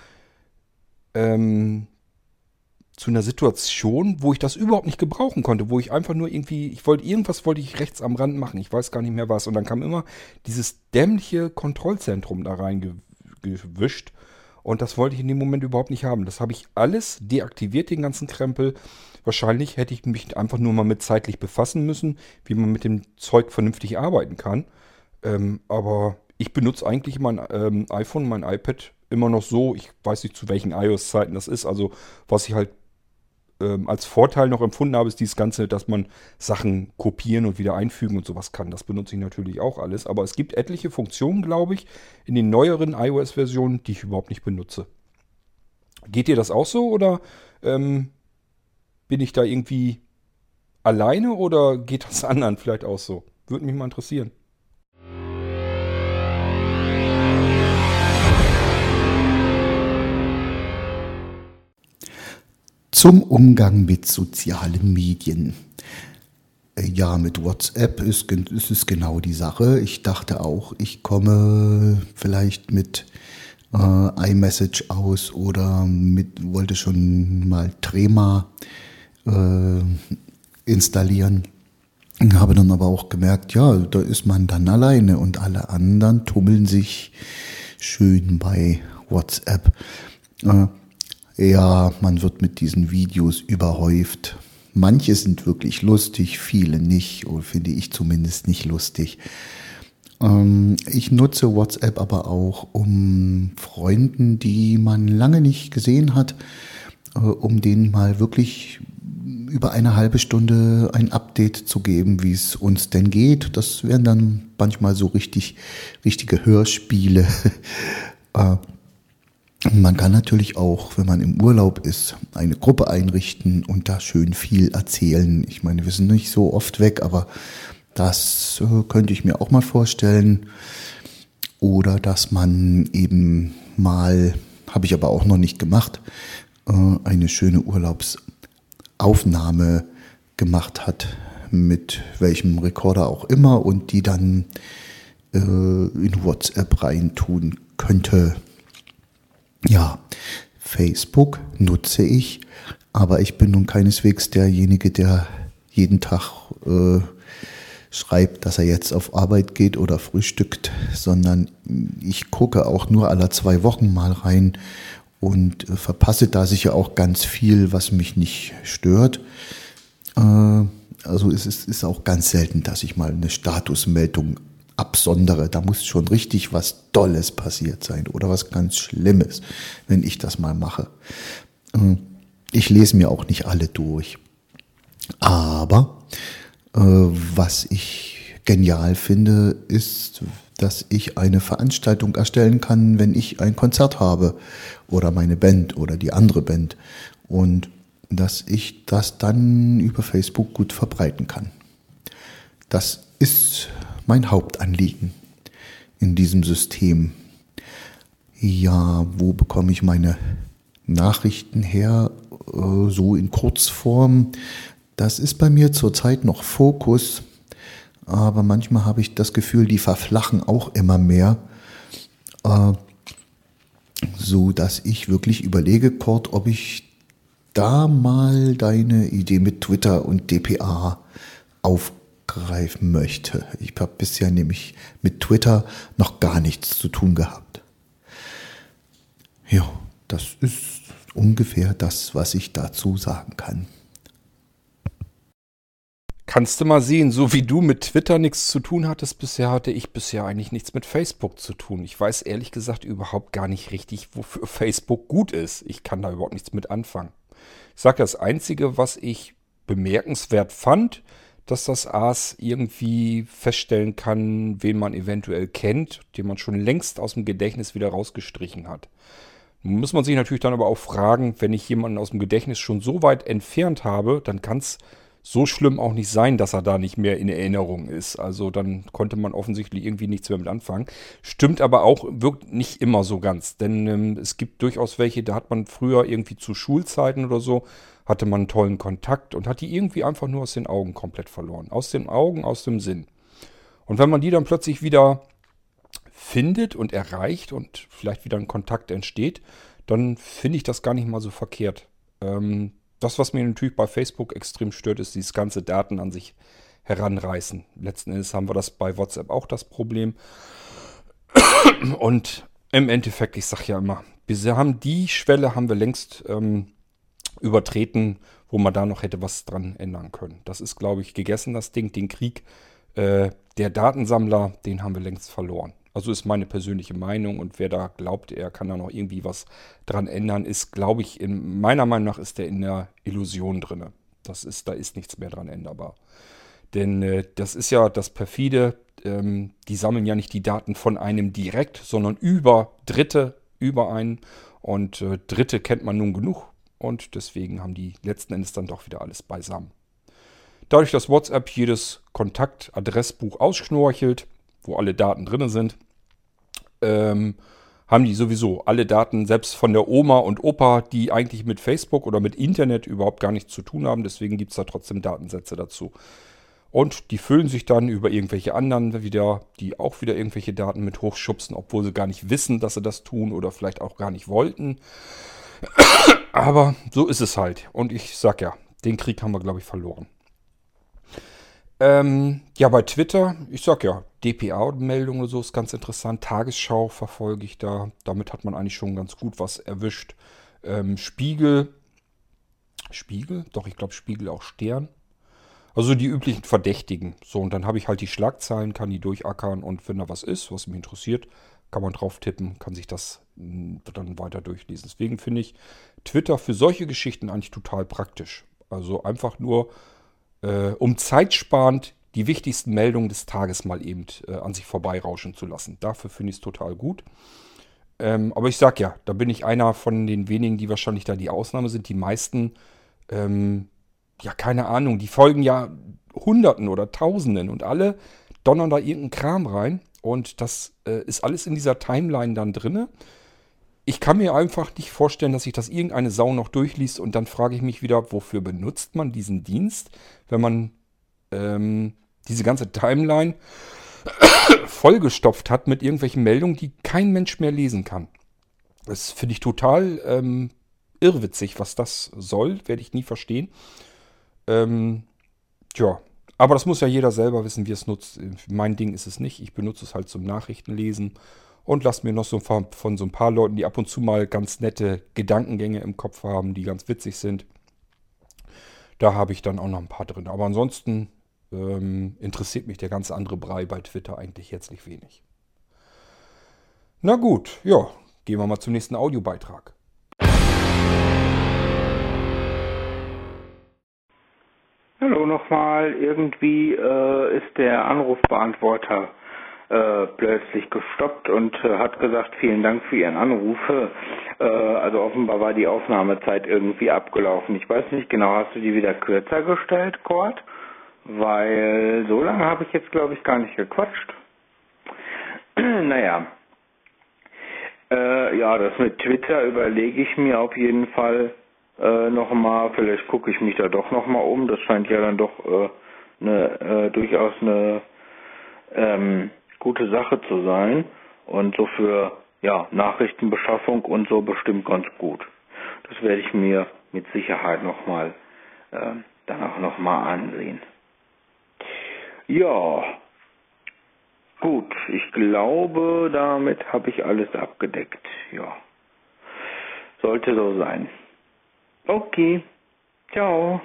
ähm, zu einer Situation, wo ich das überhaupt nicht gebrauchen konnte, wo ich einfach nur irgendwie, ich wollte, irgendwas wollte ich rechts am Rand machen, ich weiß gar nicht mehr was. Und dann kam immer dieses dämliche Kontrollzentrum da reingewischt und das wollte ich in dem Moment überhaupt nicht haben. Das habe ich alles deaktiviert, den ganzen Krempel. Wahrscheinlich hätte ich mich einfach nur mal mit zeitlich befassen müssen, wie man mit dem Zeug vernünftig arbeiten kann. Ähm, aber ich benutze eigentlich mein ähm, iPhone, mein iPad immer noch so. Ich weiß nicht, zu welchen iOS-Zeiten das ist. Also was ich halt als Vorteil noch empfunden habe, ist dieses Ganze, dass man Sachen kopieren und wieder einfügen und sowas kann. Das benutze ich natürlich auch alles. Aber es gibt etliche Funktionen, glaube ich, in den neueren iOS-Versionen, die ich überhaupt nicht benutze. Geht dir das auch so oder ähm, bin ich da irgendwie alleine oder geht das anderen vielleicht auch so? Würde mich mal interessieren. Zum Umgang mit sozialen Medien. Ja, mit WhatsApp ist, ist es genau die Sache. Ich dachte auch, ich komme vielleicht mit äh, iMessage aus oder mit, wollte schon mal Trema äh, installieren. Habe dann aber auch gemerkt, ja, da ist man dann alleine und alle anderen tummeln sich schön bei WhatsApp. Äh, Ja, man wird mit diesen Videos überhäuft. Manche sind wirklich lustig, viele nicht, oder finde ich zumindest nicht lustig. Ähm, ich nutze WhatsApp aber auch, um Freunden, die man lange nicht gesehen hat, äh, um denen mal wirklich über eine halbe Stunde ein Update zu geben, wie es uns denn geht. Das wären dann manchmal so richtig, richtige Hörspiele. äh, Man kann natürlich auch, wenn man im Urlaub ist, eine Gruppe einrichten und da schön viel erzählen. Ich meine, wir sind nicht so oft weg, aber das äh, könnte ich mir auch mal vorstellen. Oder dass man eben mal, habe ich aber auch noch nicht gemacht, äh, eine schöne Urlaubsaufnahme gemacht hat, mit welchem Rekorder auch immer, und die dann äh, in WhatsApp reintun könnte. Ja, Facebook nutze ich, aber ich bin nun keineswegs derjenige, der jeden Tag äh, schreibt, dass er jetzt auf Arbeit geht oder frühstückt, sondern ich gucke auch nur alle zwei Wochen mal rein und äh, verpasse da sicher auch ganz viel, was mich nicht stört. Äh, also es ist, ist auch ganz selten, dass ich mal eine Statusmeldung absondere. Da muss schon richtig was Dolles passiert sein oder was ganz Schlimmes, wenn ich das mal mache. Äh, ich lese mir auch nicht alle durch. Aber äh, was ich genial finde, ist, dass ich eine Veranstaltung erstellen kann, wenn ich ein Konzert habe oder meine Band oder die andere Band, und dass ich das dann über Facebook gut verbreiten kann. Das ist mein Hauptanliegen in diesem System. Ja, wo bekomme ich meine Nachrichten her? Äh, so in Kurzform. Das ist bei mir zurzeit noch Fokus, aber manchmal habe ich das Gefühl, die verflachen auch immer mehr, äh, so dass ich wirklich überlege, Kurt, ob ich da mal deine Idee mit Twitter und D P A aufgreifen möchte. Ich habe bisher nämlich mit Twitter noch gar nichts zu tun gehabt. Ja, das ist ungefähr das, was ich dazu sagen kann. Kannst du mal sehen, so wie du mit Twitter nichts zu tun hattest bisher, hatte ich bisher eigentlich nichts mit Facebook zu tun. Ich weiß ehrlich gesagt überhaupt gar nicht richtig, wofür Facebook gut ist. Ich kann da überhaupt nichts mit anfangen. Ich sage, das Einzige, was ich bemerkenswert fand, dass das A S irgendwie feststellen kann, wen man eventuell kennt, den man schon längst aus dem Gedächtnis wieder rausgestrichen hat. Nun muss man sich natürlich dann aber auch fragen, wenn ich jemanden aus dem Gedächtnis schon so weit entfernt habe, dann kann es so schlimm auch nicht sein, dass er da nicht mehr in Erinnerung ist. Also dann konnte man offensichtlich irgendwie nichts mehr mit anfangen. Stimmt aber auch, wirkt nicht immer so ganz. Denn ähm, es gibt durchaus welche, da hat man früher irgendwie zu Schulzeiten oder so, hatte man einen tollen Kontakt und hat die irgendwie einfach nur aus den Augen komplett verloren. Aus den Augen, aus dem Sinn. Und wenn man die dann plötzlich wieder findet und erreicht und vielleicht wieder ein Kontakt entsteht, dann finde ich das gar nicht mal so verkehrt. Ähm, Das, was mir natürlich bei Facebook extrem stört, ist dieses ganze Daten an sich heranreißen. Letzten Endes haben wir das bei WhatsApp auch das Problem. Und im Endeffekt, ich sage ja immer, wir haben die Schwelle haben wir längst ähm, übertreten, wo man da noch hätte was dran ändern können. Das ist, glaube ich, gegessen, das Ding. Den Krieg äh, der Datensammler, den haben wir längst verloren. Also ist meine persönliche Meinung, und wer da glaubt, er kann da noch irgendwie was dran ändern, ist, glaube ich, in meiner Meinung nach ist der in der Illusion drin. Das ist, da ist nichts mehr dran änderbar. Denn äh, das ist ja das perfide, ähm, die sammeln ja nicht die Daten von einem direkt, sondern über Dritte, über einen. Und äh, Dritte kennt man nun genug, und deswegen haben die letzten Endes dann doch wieder alles beisammen. Dadurch, dass WhatsApp jedes Kontaktadressbuch ausschnorchelt, wo alle Daten drin sind, ähm, haben die sowieso alle Daten, selbst von der Oma und Opa, die eigentlich mit Facebook oder mit Internet überhaupt gar nichts zu tun haben. Deswegen gibt es da trotzdem Datensätze dazu. Und die füllen sich dann über irgendwelche anderen wieder, die auch wieder irgendwelche Daten mit hochschubsen, obwohl sie gar nicht wissen, dass sie das tun oder vielleicht auch gar nicht wollten. Aber so ist es halt. Und ich sag ja, den Krieg haben wir, glaube ich, verloren. Ähm, ja, bei Twitter, ich sag ja, D P A-Meldungen oder so ist ganz interessant. Tagesschau verfolge ich da. Damit hat man eigentlich schon ganz gut was erwischt. Ähm, Spiegel. Spiegel? Doch, ich glaube Spiegel auch Stern. Also die üblichen Verdächtigen. So, und dann habe ich halt die Schlagzeilen, kann die durchackern, und wenn da was ist, was mich interessiert, kann man drauf tippen, kann sich das mh, dann weiter durchlesen. Deswegen finde ich Twitter für solche Geschichten eigentlich total praktisch. Also einfach nur, äh, um zeitsparend die wichtigsten Meldungen des Tages mal eben äh, an sich vorbeirauschen zu lassen. Dafür finde ich es total gut. Ähm, aber ich sag ja, da bin ich einer von den wenigen, die wahrscheinlich da die Ausnahme sind. Die meisten, ähm, ja, keine Ahnung, die folgen ja Hunderten oder Tausenden und alle donnern da irgendeinen Kram rein. Und das äh, ist alles in dieser Timeline dann drinne. Ich kann mir einfach nicht vorstellen, dass sich das irgendeine Sau noch durchliest. Und dann frage ich mich wieder, wofür benutzt man diesen Dienst, wenn man ähm, diese ganze Timeline vollgestopft hat mit irgendwelchen Meldungen, die kein Mensch mehr lesen kann. Das finde ich total ähm, irrwitzig, was das soll, werde ich nie verstehen. Ähm, tja, aber das muss ja jeder selber wissen, wie es nutzt. Mein Ding ist es nicht. Ich benutze es halt zum Nachrichtenlesen und lasse mir noch so von, von so ein paar Leuten, die ab und zu mal ganz nette Gedankengänge im Kopf haben, die ganz witzig sind. Da habe ich dann auch noch ein paar drin. Aber ansonsten ähm, interessiert mich der ganze andere Brei bei Twitter eigentlich herzlich wenig. Na gut, ja, gehen wir mal zum nächsten Audiobeitrag. Hallo nochmal, irgendwie äh, ist der Anrufbeantworter äh, plötzlich gestoppt und äh, hat gesagt, vielen Dank für Ihren Anruf. Äh, also offenbar war die Aufnahmezeit irgendwie abgelaufen. Ich weiß nicht genau, hast du die wieder kürzer gestellt, Cord? Weil so lange habe ich jetzt, glaube ich, gar nicht gequatscht. Naja. Äh, ja, das mit Twitter überlege ich mir auf jeden Fall äh, nochmal. Vielleicht gucke ich mich da doch nochmal um. Das scheint ja dann doch äh, eine, äh, durchaus eine ähm, gute Sache zu sein. Und so für ja, Nachrichtenbeschaffung und so bestimmt ganz gut. Das werde ich mir mit Sicherheit nochmal äh, dann auch nochmal ansehen. Ja, gut, ich glaube, damit habe ich alles abgedeckt. Ja, sollte so sein. Okay, ciao.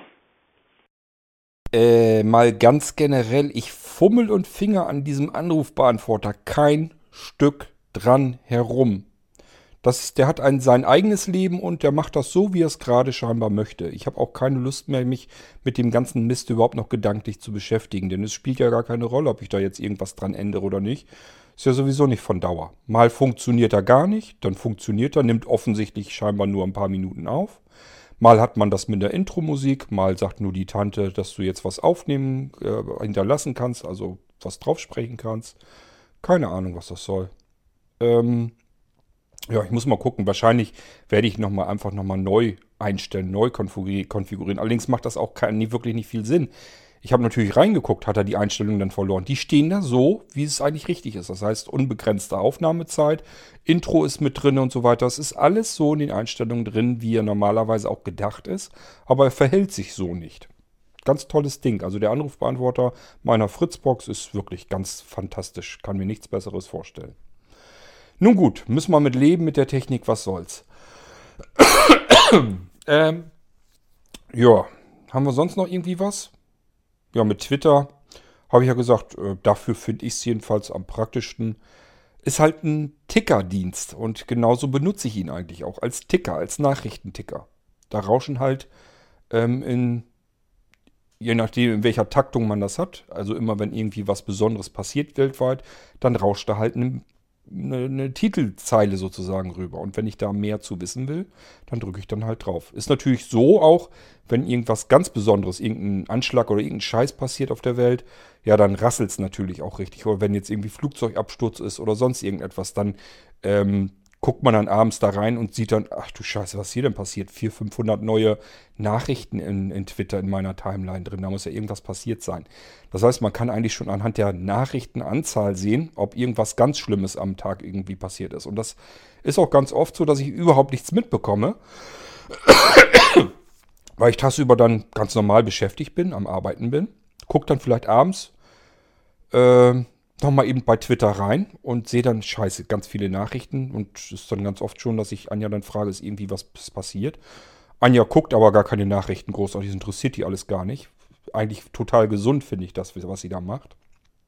Äh, mal ganz generell, ich fummel und finger an diesem Anrufbeantworter kein Stück dran herum. Das, der hat ein, sein eigenes Leben und der macht das so, wie er es gerade scheinbar möchte. Ich habe auch keine Lust mehr, mich mit dem ganzen Mist überhaupt noch gedanklich zu beschäftigen. Denn es spielt ja gar keine Rolle, ob ich da jetzt irgendwas dran ändere oder nicht. Ist ja sowieso nicht von Dauer. Mal funktioniert er gar nicht, dann funktioniert er, nimmt offensichtlich scheinbar nur ein paar Minuten auf. Mal hat man das mit der Intro-Musik, mal sagt nur die Tante, dass du jetzt was aufnehmen, äh, hinterlassen kannst, also was drauf sprechen kannst. Keine Ahnung, was das soll. Ähm... Ja, ich muss mal gucken. Wahrscheinlich werde ich nochmal einfach nochmal neu einstellen, neu konfigurieren. Allerdings macht das auch kein, nie, wirklich nicht viel Sinn. Ich habe natürlich reingeguckt, hat er die Einstellungen dann verloren. Die stehen da so, wie es eigentlich richtig ist. Das heißt, unbegrenzte Aufnahmezeit, Intro ist mit drin und so weiter. Das ist alles so in den Einstellungen drin, wie er normalerweise auch gedacht ist. Aber er verhält sich so nicht. Ganz tolles Ding. Also der Anrufbeantworter meiner Fritzbox ist wirklich ganz fantastisch. Kann mir nichts Besseres vorstellen. Nun gut, müssen wir mit leben, mit der Technik, was soll's. ähm, ja, haben wir sonst noch irgendwie was? Ja, mit Twitter habe ich ja gesagt, äh, dafür finde ich es jedenfalls am praktischsten. Ist halt ein Tickerdienst und genauso benutze ich ihn eigentlich auch als Ticker, als Nachrichtenticker. Da rauschen halt ähm, in, je nachdem in welcher Taktung man das hat, also immer wenn irgendwie was Besonderes passiert weltweit, dann rauscht da halt ein Eine, eine Titelzeile sozusagen rüber. Und wenn ich da mehr zu wissen will, dann drücke ich dann halt drauf. Ist natürlich so auch, wenn irgendwas ganz Besonderes, irgendein Anschlag oder irgendein Scheiß passiert auf der Welt, ja, dann rasselt es natürlich auch richtig. Oder wenn jetzt irgendwie Flugzeugabsturz ist oder sonst irgendetwas, dann ähm, guckt man dann abends da rein und sieht dann, ach du Scheiße, was hier denn passiert? vierhundert, fünfhundert neue Nachrichten in, in Twitter in meiner Timeline drin. Da muss ja irgendwas passiert sein. Das heißt, man kann eigentlich schon anhand der Nachrichtenanzahl sehen, ob irgendwas ganz Schlimmes am Tag irgendwie passiert ist. Und das ist auch ganz oft so, dass ich überhaupt nichts mitbekomme, weil ich tagsüber dann ganz normal beschäftigt bin, am Arbeiten bin. Guck dann vielleicht abends äh, nochmal eben bei Twitter rein und sehe dann, scheiße, ganz viele Nachrichten. Und es ist dann ganz oft schon, dass ich Anja dann frage, ist irgendwie was passiert. Anja guckt aber gar keine Nachrichten großartig, das interessiert die alles gar nicht. Eigentlich total gesund, finde ich das, was sie da macht.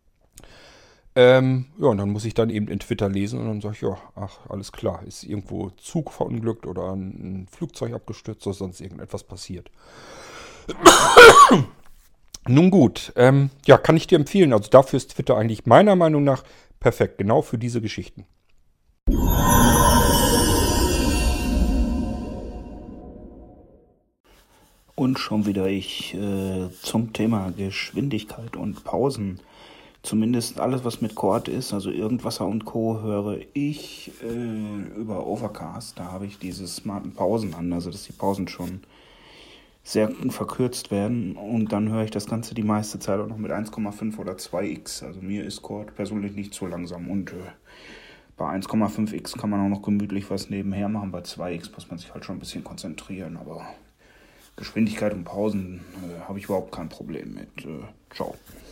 Ähm, ja, und dann muss ich dann eben in Twitter lesen und dann sage ich, ja, ach, alles klar, ist irgendwo Zug verunglückt oder ein Flugzeug abgestürzt oder sonst irgendetwas passiert. Nun gut, ähm, ja, kann ich dir empfehlen. Also dafür ist Twitter eigentlich meiner Meinung nach perfekt, genau für diese Geschichten. Und schon wieder ich äh, zum Thema Geschwindigkeit und Pausen. Zumindest alles, was mit Cord ist, also Irgendwasser und Co. höre ich äh, über Overcast. Da habe ich diese smarten Pausen an, also dass die Pausen schon sehr verkürzt werden. Und dann höre ich das Ganze die meiste Zeit auch noch mit eins Komma fünf oder zwei x. Also mir ist Cord persönlich nicht so langsam. Und äh, bei eins Komma fünf x kann man auch noch gemütlich was nebenher machen. Bei zwei x muss man sich halt schon ein bisschen konzentrieren. Aber Geschwindigkeit und Pausen äh, habe ich überhaupt kein Problem mit. Äh, ciao.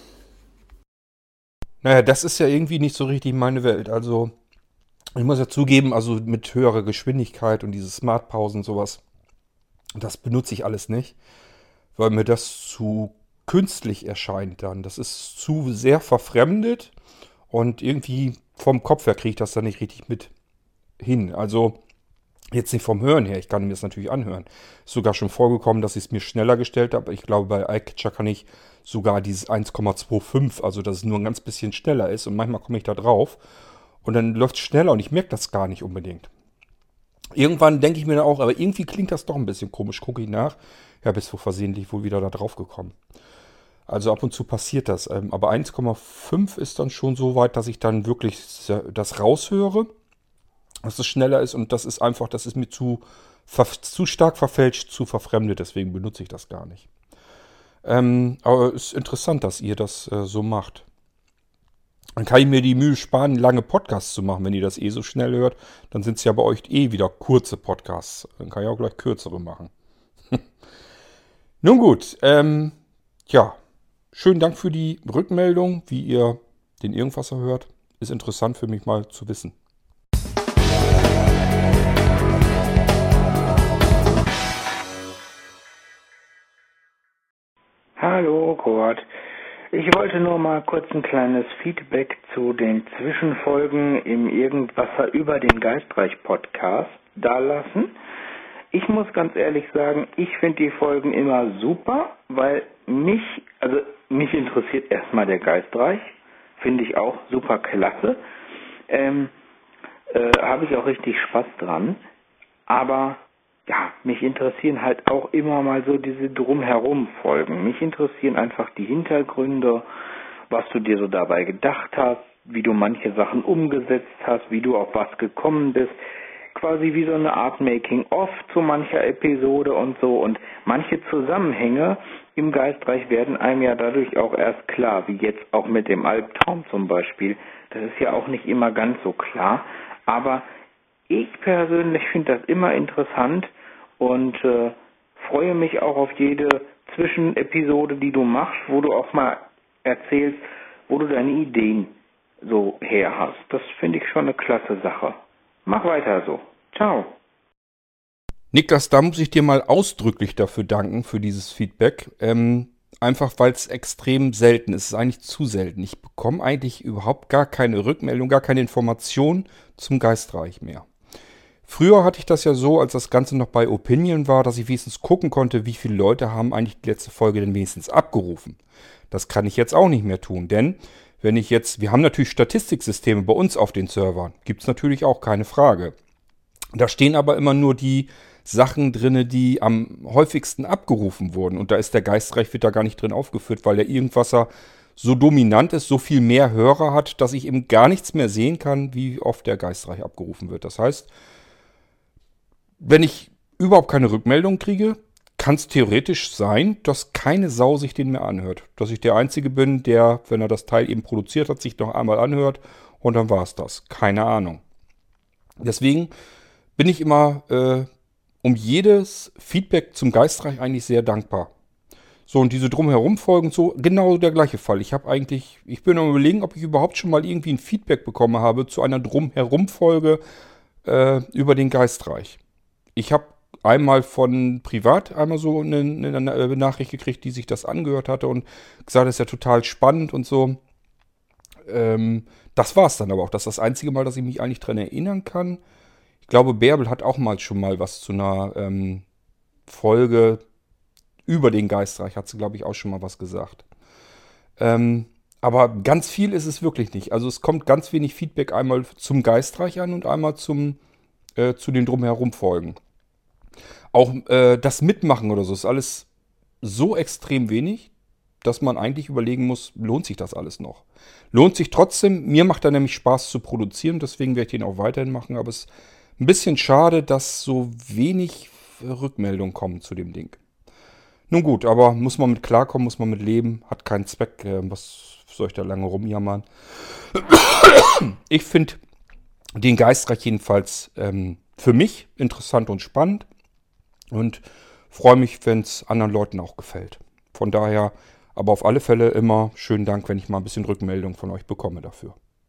Naja, das ist ja irgendwie nicht so richtig meine Welt. Also, ich muss ja zugeben, also mit höherer Geschwindigkeit und diese Smart-Pausen und sowas, das benutze ich alles nicht, weil mir das zu künstlich erscheint dann. Das ist zu sehr verfremdet und irgendwie vom Kopf her kriege ich das dann nicht richtig mit hin. Also, jetzt nicht vom Hören her, ich kann mir das natürlich anhören. Ist sogar schon vorgekommen, dass ich es mir schneller gestellt habe. Ich glaube, bei iCatcher kann ich sogar dieses eins Komma fünfundzwanzig, also dass es nur ein ganz bisschen schneller ist. Und manchmal komme ich da drauf und dann läuft es schneller und ich merke das gar nicht unbedingt. Irgendwann denke ich mir dann auch, aber irgendwie klingt das doch ein bisschen komisch. Gucke ich nach, ja, bist du versehentlich wohl wieder da drauf gekommen. Also ab und zu passiert das. Aber eins Komma fünf ist dann schon so weit, dass ich dann wirklich das raushöre, dass es schneller ist und das ist einfach, das ist mir zu, zu stark verfälscht, zu verfremdet, deswegen benutze ich das gar nicht. Ähm, aber es ist interessant, dass ihr das äh, so macht. Dann kann ich mir die Mühe sparen, lange Podcasts zu machen. Wenn ihr das eh so schnell hört, dann sind es ja bei euch eh wieder kurze Podcasts. Dann kann ich auch gleich kürzere machen. Nun gut, ähm, ja, schönen Dank für die Rückmeldung, wie ihr den Irgendwasser hört. Ist interessant für mich mal zu wissen. Hallo Kurt, ich wollte nur mal kurz ein kleines Feedback zu den Zwischenfolgen im Irgendwasser über den Geistreich-Podcast dalassen. Ich muss ganz ehrlich sagen, ich finde die Folgen immer super, weil mich, also mich interessiert erstmal der Geistreich, finde ich auch super klasse, ähm, äh, habe ich auch richtig Spaß dran, aber ja, mich interessieren halt auch immer mal so diese Drumherum-Folgen. Mich interessieren einfach die Hintergründe, was du dir so dabei gedacht hast, wie du manche Sachen umgesetzt hast, wie du auf was gekommen bist. Quasi wie so eine Art Making-of zu mancher Episode und so. Und manche Zusammenhänge im Geistreich werden einem ja dadurch auch erst klar, wie jetzt auch mit dem Albtraum zum Beispiel. Das ist ja auch nicht immer ganz so klar, aber ich persönlich finde das immer interessant und äh, freue mich auch auf jede Zwischenepisode, die du machst, wo du auch mal erzählst, wo du deine Ideen so her hast. Das finde ich schon eine klasse Sache. Mach weiter so. Ciao. Niklas, da muss ich dir mal ausdrücklich dafür danken, für dieses Feedback. Ähm, einfach weil es extrem selten ist. Es ist eigentlich zu selten. Ich bekomme eigentlich überhaupt gar keine Rückmeldung, gar keine Information zum Geistreich mehr. Früher hatte ich das ja so, als das Ganze noch bei Opinion war, dass ich wenigstens gucken konnte, wie viele Leute haben eigentlich die letzte Folge denn wenigstens abgerufen. Das kann ich jetzt auch nicht mehr tun, denn wenn ich jetzt, wir haben natürlich Statistiksysteme bei uns auf den Servern, gibt es natürlich auch, keine Frage. Da stehen aber immer nur die Sachen drin, die am häufigsten abgerufen wurden und da ist der Geistreich wird da gar nicht drin aufgeführt, weil der Irgendwasser so dominant ist, so viel mehr Hörer hat, dass ich eben gar nichts mehr sehen kann, wie oft der Geistreich abgerufen wird. Das heißt, wenn ich überhaupt keine Rückmeldung kriege, kann es theoretisch sein, dass keine Sau sich den mehr anhört. Dass ich der Einzige bin, der, wenn er das Teil eben produziert hat, sich noch einmal anhört und dann war es das. Keine Ahnung. Deswegen bin ich immer äh, um jedes Feedback zum Geistreich eigentlich sehr dankbar. So, und diese Drumherum-Folgen, so genau der gleiche Fall. Ich habe eigentlich, ich bin am Überlegen, ob ich überhaupt schon mal irgendwie ein Feedback bekommen habe zu einer Drumherum-Folge äh, über den Geistreich. Ich habe einmal von privat einmal so eine, eine Nachricht gekriegt, die sich das angehört hatte und gesagt, das ist ja total spannend und so. Ähm, das war es dann aber auch. Das ist das einzige Mal, dass ich mich eigentlich dran erinnern kann. Ich glaube, Bärbel hat auch mal schon mal was zu einer ähm, Folge über den Geistreich, hat sie, glaube ich, auch schon mal was gesagt. Ähm, aber ganz viel ist es wirklich nicht. Also es kommt ganz wenig Feedback einmal zum Geistreich an und einmal zum, äh, zu den drumherum Folgen. Auch äh, das Mitmachen oder so ist alles so extrem wenig, dass man eigentlich überlegen muss, lohnt sich das alles noch? Lohnt sich trotzdem. Mir macht da nämlich Spaß zu produzieren, deswegen werde ich den auch weiterhin machen. Aber es ist ein bisschen schade, dass so wenig Rückmeldungen kommen zu dem Ding. Nun gut, aber muss man mit klarkommen, muss man mit leben, hat keinen Zweck. Äh, was soll ich da lange rumjammern? Ich finde den Geistreich jedenfalls ähm, für mich interessant und spannend und freue mich, wenn es anderen Leuten auch gefällt. Von daher, aber auf alle Fälle immer schönen Dank, wenn ich mal ein bisschen Rückmeldung von euch bekomme dafür.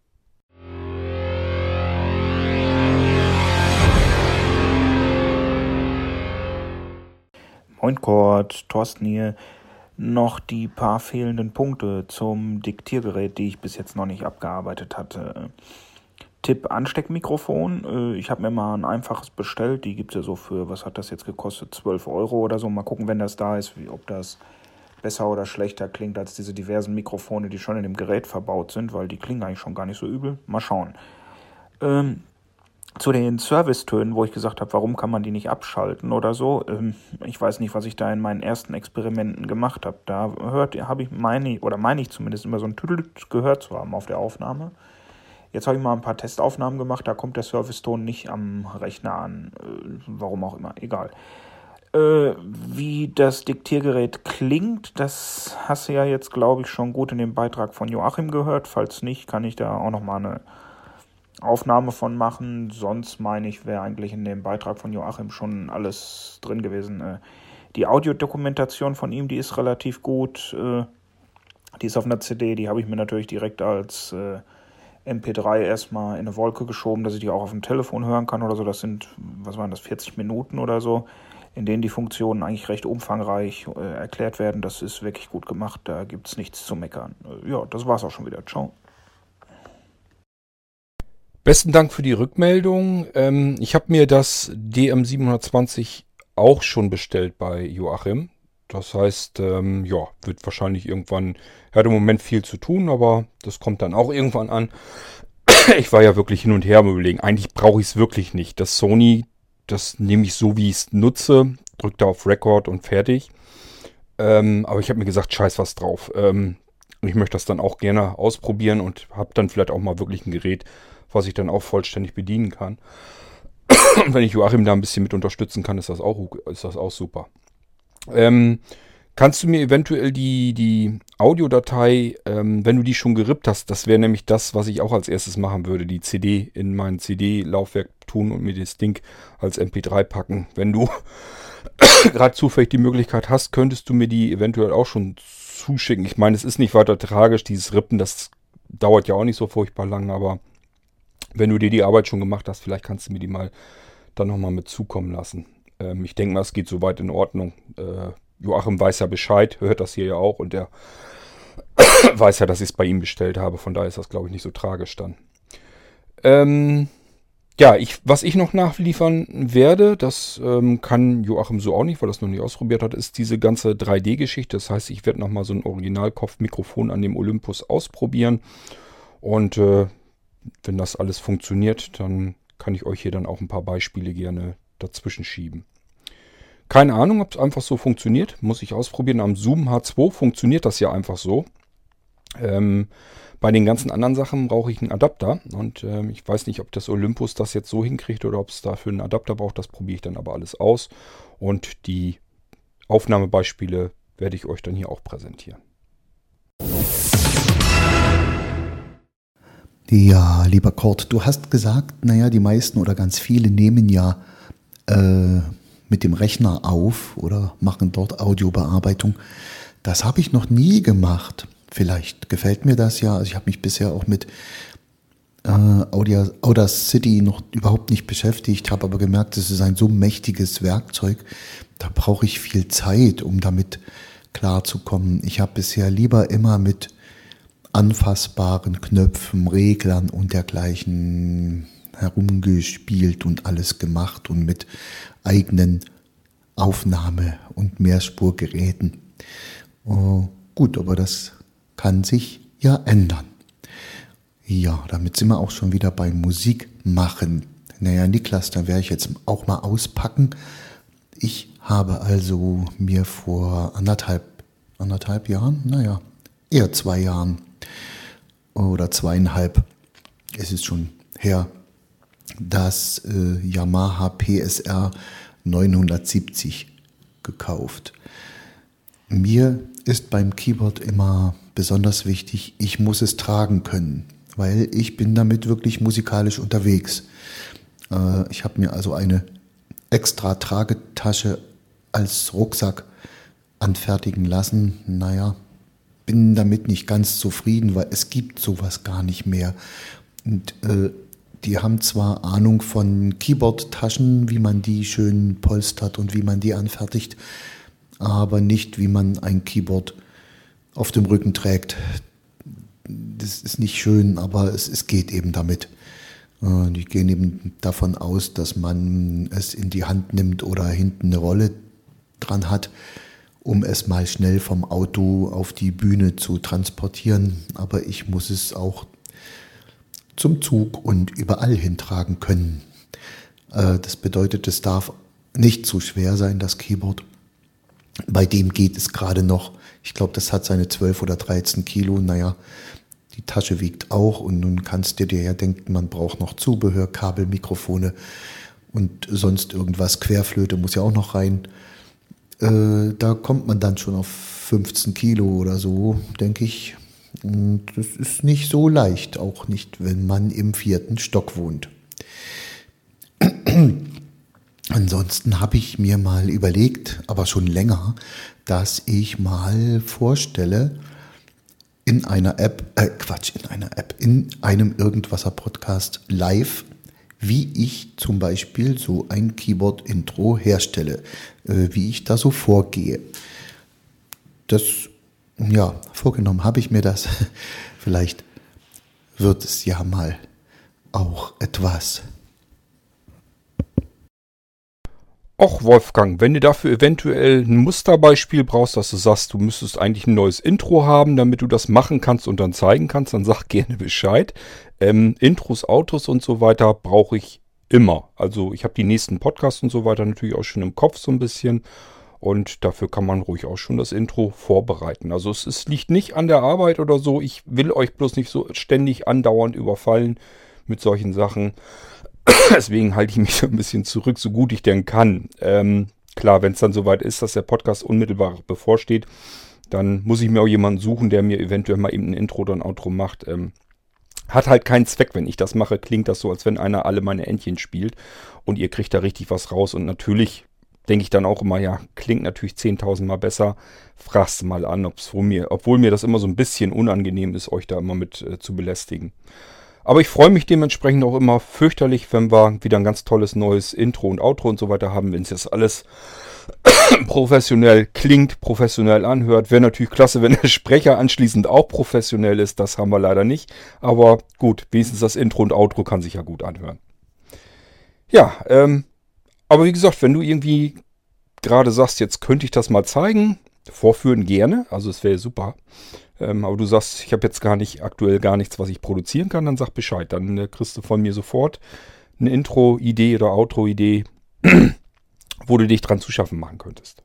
Moin Kurt, Thorsten hier. Noch die paar fehlenden Punkte zum Diktiergerät, die ich bis jetzt noch nicht abgearbeitet hatte. Tipp Ansteckmikrofon. Ich habe mir mal ein einfaches bestellt. Die gibt es ja so für, was hat das jetzt gekostet? zwölf Euro oder so. Mal gucken, wenn das da ist, wie, ob das besser oder schlechter klingt als diese diversen Mikrofone, die schon in dem Gerät verbaut sind, weil die klingen eigentlich schon gar nicht so übel. Mal schauen. Ähm, Zu den Servicetönen, wo ich gesagt habe, warum kann man die nicht abschalten oder so. Ähm, ich weiß nicht, was ich da in meinen ersten Experimenten gemacht habe. Da hört, habe ich meine oder meine ich zumindest immer so ein Tüdel gehört zu haben auf der Aufnahme. Jetzt habe ich mal ein paar Testaufnahmen gemacht, da kommt der Serviceton nicht am Rechner an. Äh, warum auch immer, egal. Äh, wie das Diktiergerät klingt, das hast du ja jetzt, glaube ich, schon gut in dem Beitrag von Joachim gehört. Falls nicht, kann ich da auch nochmal eine Aufnahme von machen. Sonst meine ich, wäre eigentlich in dem Beitrag von Joachim schon alles drin gewesen. Die Audiodokumentation von ihm, die ist relativ gut. Die ist auf einer C D, die habe ich mir natürlich direkt als M P drei erstmal in eine Wolke geschoben, dass ich die auch auf dem Telefon hören kann oder so. Das sind, was waren das, vierzig Minuten oder so, in denen die Funktionen eigentlich recht umfangreich erklärt werden. Das ist wirklich gut gemacht, da gibt es nichts zu meckern. Ja, das war's auch schon wieder. Ciao. Besten Dank für die Rückmeldung. Ähm, ich habe mir das D M siebenhundertzwanzig auch schon bestellt bei Joachim. Das heißt, ähm, ja, wird wahrscheinlich irgendwann, er hat im Moment viel zu tun, aber das kommt dann auch irgendwann an. Ich war ja wirklich hin und her am Überlegen. Eigentlich brauche ich es wirklich nicht. Das Sony, das nehme ich so, wie ich es nutze, drücke da auf Record und fertig. Ähm, aber ich habe mir gesagt, scheiß was drauf. Ähm, ich möchte das dann auch gerne ausprobieren und habe dann vielleicht auch mal wirklich ein Gerät, was ich dann auch vollständig bedienen kann. Und wenn ich Joachim da ein bisschen mit unterstützen kann, ist das auch, ist das auch super. Ähm, kannst du mir eventuell die, die Audiodatei, ähm, wenn du die schon gerippt hast, das wäre nämlich das, was ich auch als erstes machen würde, die C D in mein C D-Laufwerk tun und mir das Ding als M P drei packen. Wenn du gerade zufällig die Möglichkeit hast, könntest du mir die eventuell auch schon zuschicken. Ich meine, es ist nicht weiter tragisch, dieses Rippen, das dauert ja auch nicht so furchtbar lang, aber wenn du dir die Arbeit schon gemacht hast, vielleicht kannst du mir die mal dann nochmal mit zukommen lassen. Ähm, ich denke mal, es geht soweit in Ordnung. Äh, Joachim weiß ja Bescheid, hört das hier ja auch und der weiß ja, dass ich es bei ihm bestellt habe. Von daher ist das, glaube ich, nicht so tragisch dann. Ähm, ja, ich, was ich noch nachliefern werde, das ähm, kann Joachim so auch nicht, weil er das noch nicht ausprobiert hat, ist diese ganze drei D-Geschichte. Das heißt, ich werde nochmal so ein Originalkopfmikrofon an dem Olympus ausprobieren und äh, wenn das alles funktioniert, dann kann ich euch hier dann auch ein paar Beispiele gerne dazwischen schieben. Keine Ahnung, ob es einfach so funktioniert. Muss ich ausprobieren. Am Zoom H zwei funktioniert das ja einfach so. Ähm, bei den ganzen anderen Sachen brauche ich einen Adapter. Und ähm, ich weiß nicht, ob das Olympus das jetzt so hinkriegt oder ob es dafür einen Adapter braucht. Das probiere ich dann aber alles aus. Und die Aufnahmebeispiele werde ich euch dann hier auch präsentieren. Ja, lieber Kurt, du hast gesagt, naja, die meisten oder ganz viele nehmen ja äh, mit dem Rechner auf oder machen dort Audiobearbeitung. Das habe ich noch nie gemacht. Vielleicht gefällt mir das ja. Also ich habe mich bisher auch mit äh, Audio, Audacity noch überhaupt nicht beschäftigt, habe aber gemerkt, es ist ein so mächtiges Werkzeug. Da brauche ich viel Zeit, um damit klarzukommen. Ich habe bisher lieber immer mit anfassbaren Knöpfen, Reglern und dergleichen herumgespielt und alles gemacht und mit eigenen Aufnahme- und Mehrspurgeräten. Oh, gut, aber das kann sich ja ändern. Ja, damit sind wir auch schon wieder bei Musik machen. Naja, Niklas, da werde ich jetzt auch mal auspacken. Ich habe also mir vor anderthalb, anderthalb Jahren, naja, eher zwei Jahren oder zweieinhalb, es ist schon her, das äh, Yamaha P S R neunhundertsiebzig gekauft. Mir ist beim Keyboard immer besonders wichtig, ich muss es tragen können, weil ich bin damit wirklich musikalisch unterwegs. Äh, ich habe mir also eine extra Tragetasche als Rucksack anfertigen lassen. Naja, bin damit nicht ganz zufrieden, weil es gibt sowas gar nicht mehr. Und äh, die haben zwar Ahnung von Keyboard-Taschen, wie man die schön polstert und wie man die anfertigt, aber nicht, wie man ein Keyboard auf dem Rücken trägt. Das ist nicht schön, aber es, es geht eben damit. Die gehen eben davon aus, dass man es in die Hand nimmt oder hinten eine Rolle dran hat, um es mal schnell vom Auto auf die Bühne zu transportieren. Aber ich muss es auch zum Zug und überall hintragen können. Das bedeutet, es darf nicht zu schwer sein, das Keyboard. Bei dem geht es gerade noch. Ich glaube, das hat seine zwölf oder dreizehn Kilo. Naja, die Tasche wiegt auch und nun kannst du dir ja denken, man braucht noch Zubehör, Kabel, Mikrofone und sonst irgendwas. Querflöte muss ja auch noch rein. Äh, da kommt man dann schon auf fünfzehn Kilo oder so, denke ich. Und das ist nicht so leicht, auch nicht, wenn man im vierten Stock wohnt. Ansonsten habe ich mir mal überlegt, aber schon länger, dass ich mal vorstelle, in einer App, äh Quatsch, in einer App, in einem Irgendwasser-Podcast live, wie ich zum Beispiel so ein Keyboard-Intro herstelle, äh, wie ich da so vorgehe. Das, ja, vorgenommen habe ich mir das. Vielleicht wird es ja mal auch etwas. Och, Wolfgang, wenn du dafür eventuell ein Musterbeispiel brauchst, dass du sagst, du müsstest eigentlich ein neues Intro haben, damit du das machen kannst und dann zeigen kannst, dann sag gerne Bescheid. Ähm, Intros, Autos und so weiter brauche ich immer. Also ich habe die nächsten Podcasts und so weiter natürlich auch schon im Kopf so ein bisschen und dafür kann man ruhig auch schon das Intro vorbereiten. Also es, es liegt nicht an der Arbeit oder so. Ich will euch bloß nicht so ständig andauernd überfallen mit solchen Sachen. Deswegen halte ich mich so ein bisschen zurück, so gut ich denn kann. Ähm, klar, wenn es dann soweit ist, dass der Podcast unmittelbar bevorsteht, dann muss ich mir auch jemanden suchen, der mir eventuell mal eben ein Intro oder ein Outro macht. Ähm, hat halt keinen Zweck, wenn ich das mache, klingt das so, als wenn einer alle meine Entchen spielt und ihr kriegt da richtig was raus. Und natürlich denke ich dann auch immer, ja, klingt natürlich zehntausend Mal besser. Fragst du mal an, ob's von mir, obwohl mir das immer so ein bisschen unangenehm ist, euch da immer mit äh, zu belästigen. Aber ich freue mich dementsprechend auch immer fürchterlich, wenn wir wieder ein ganz tolles neues Intro und Outro und so weiter haben, wenn es jetzt alles professionell klingt, professionell anhört. Wäre natürlich klasse, wenn der Sprecher anschließend auch professionell ist. Das haben wir leider nicht. Aber gut, wenigstens das Intro und Outro kann sich ja gut anhören. Ja, ähm, aber wie gesagt, wenn du irgendwie gerade sagst, jetzt könnte ich das mal zeigen, vorführen gerne, also es wäre super. Ähm, aber du sagst, ich habe jetzt gar nicht, aktuell gar nichts, was ich produzieren kann, dann sag Bescheid. Dann äh, kriegst du von mir sofort eine Intro-Idee oder Outro-Idee, wo du dich dran zu schaffen machen könntest.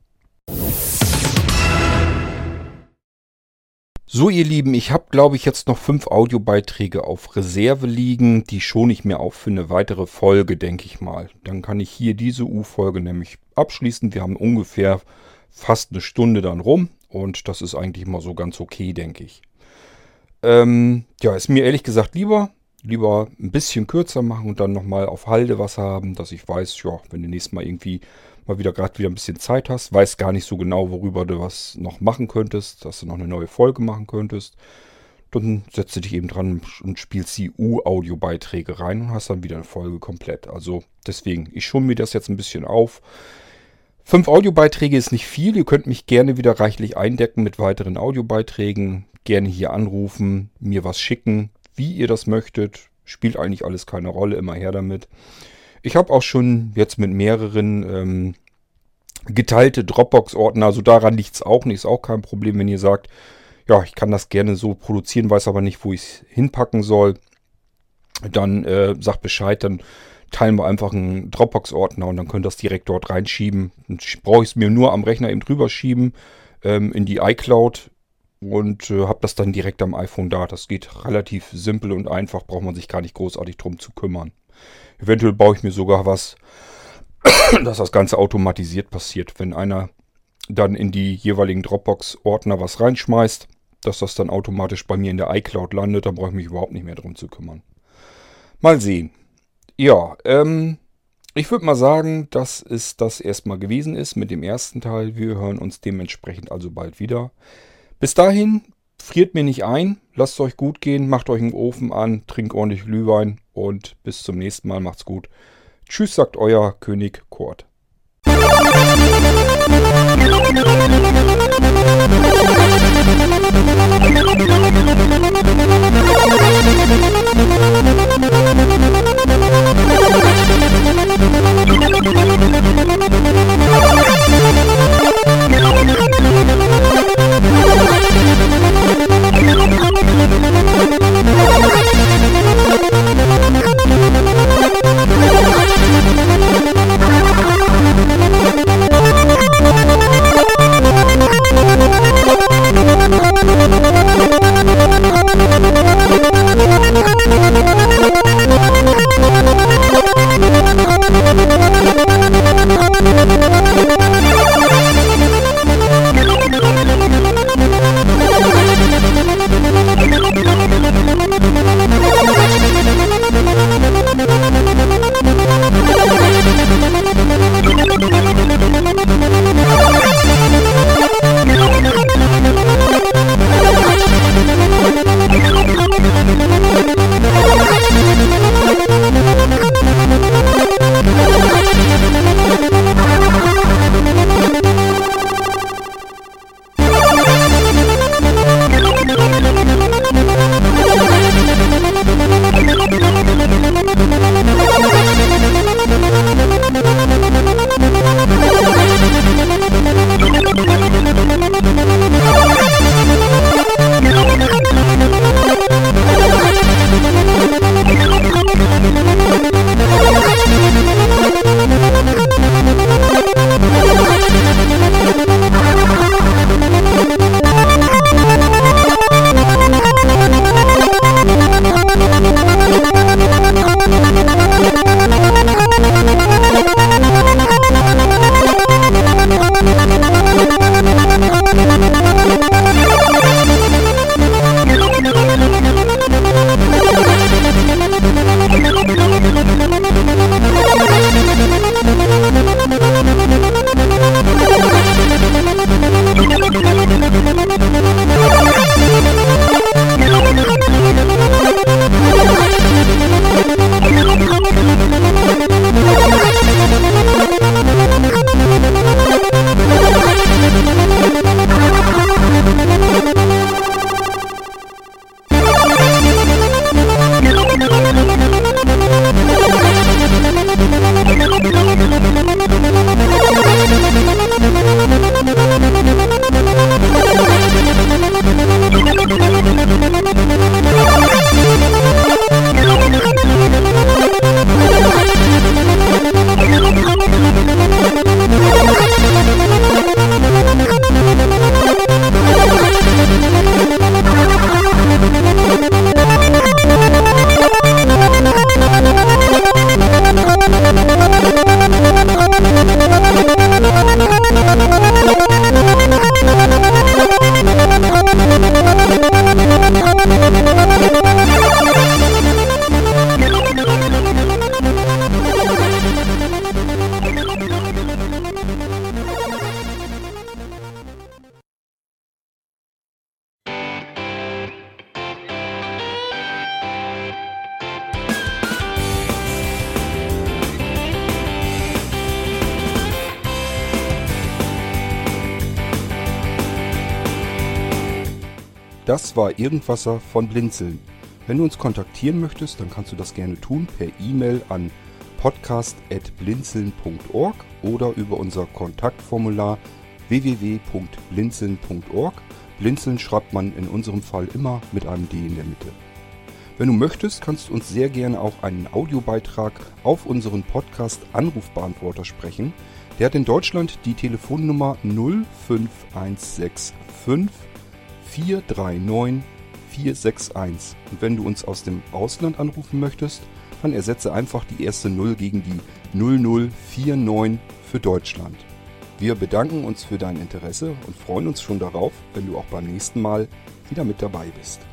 So, ihr Lieben, ich habe, glaube ich, jetzt noch fünf Audiobeiträge auf Reserve liegen. Die schone ich mir auch für eine weitere Folge, denke ich mal. Dann kann ich hier diese U-Folge nämlich abschließen. Wir haben ungefähr fast eine Stunde dann rum. Und das ist eigentlich mal so ganz okay, denke ich. Ähm, ja, ist mir ehrlich gesagt lieber. Lieber ein bisschen kürzer machen und dann nochmal auf Halde was haben, dass ich weiß, ja, wenn du nächstes Mal irgendwie mal wieder gerade wieder ein bisschen Zeit hast, weiß gar nicht so genau, worüber du was noch machen könntest, dass du noch eine neue Folge machen könntest, dann setzt du dich eben dran und spielst die U-Audio-Beiträge rein und hast dann wieder eine Folge komplett. Also deswegen, ich schone mir das jetzt ein bisschen auf. Fünf Audiobeiträge ist nicht viel. Ihr könnt mich gerne wieder reichlich eindecken mit weiteren Audiobeiträgen. Gerne hier anrufen, mir was schicken, wie ihr das möchtet. Spielt eigentlich alles keine Rolle, immer her damit. Ich habe auch schon jetzt mit mehreren ähm, geteilte Dropbox-Ordner, also daran liegt es auch nicht, ist auch kein Problem, wenn ihr sagt, ja, ich kann das gerne so produzieren, weiß aber nicht, wo ich es hinpacken soll. Dann äh, sagt Bescheid, dann teilen wir einfach einen Dropbox-Ordner und dann könnt ihr das direkt dort reinschieben. Dann brauche ich es mir nur am Rechner eben drüber schieben ähm, in die iCloud und äh, habe das dann direkt am iPhone da. Das geht relativ simpel und einfach, braucht man sich gar nicht großartig drum zu kümmern. Eventuell baue ich mir sogar was, dass das Ganze automatisiert passiert, wenn einer dann in die jeweiligen Dropbox-Ordner was reinschmeißt, dass das dann automatisch bei mir in der iCloud landet, dann brauche ich mich überhaupt nicht mehr drum zu kümmern. Mal sehen. Ja, ähm, ich würde mal sagen, dass es das erstmal gewesen ist mit dem ersten Teil. Wir hören uns dementsprechend also bald wieder. Bis dahin, friert mir nicht ein, lasst es euch gut gehen, macht euch einen Ofen an, trinkt ordentlich Glühwein und bis zum nächsten Mal, macht's gut. Tschüss, sagt euer König Kurt. Das war Irgendwasser von Blinzeln. Wenn du uns kontaktieren möchtest, dann kannst du das gerne tun per E-Mail an podcast at blinzeln punkt org oder über unser Kontaktformular w w w punkt blinzeln punkt org. Blinzeln schreibt man in unserem Fall immer mit einem D in der Mitte. Wenn du möchtest, kannst du uns sehr gerne auch einen Audiobeitrag auf unseren Podcast-Anrufbeantworter sprechen. Der hat in Deutschland die Telefonnummer null fünf eins sechs fünf vier drei neun vier sechs eins. Und wenn du uns aus dem Ausland anrufen möchtest, dann ersetze einfach die erste null gegen die null null vier neun für Deutschland. Wir bedanken uns für dein Interesse und freuen uns schon darauf, wenn du auch beim nächsten Mal wieder mit dabei bist.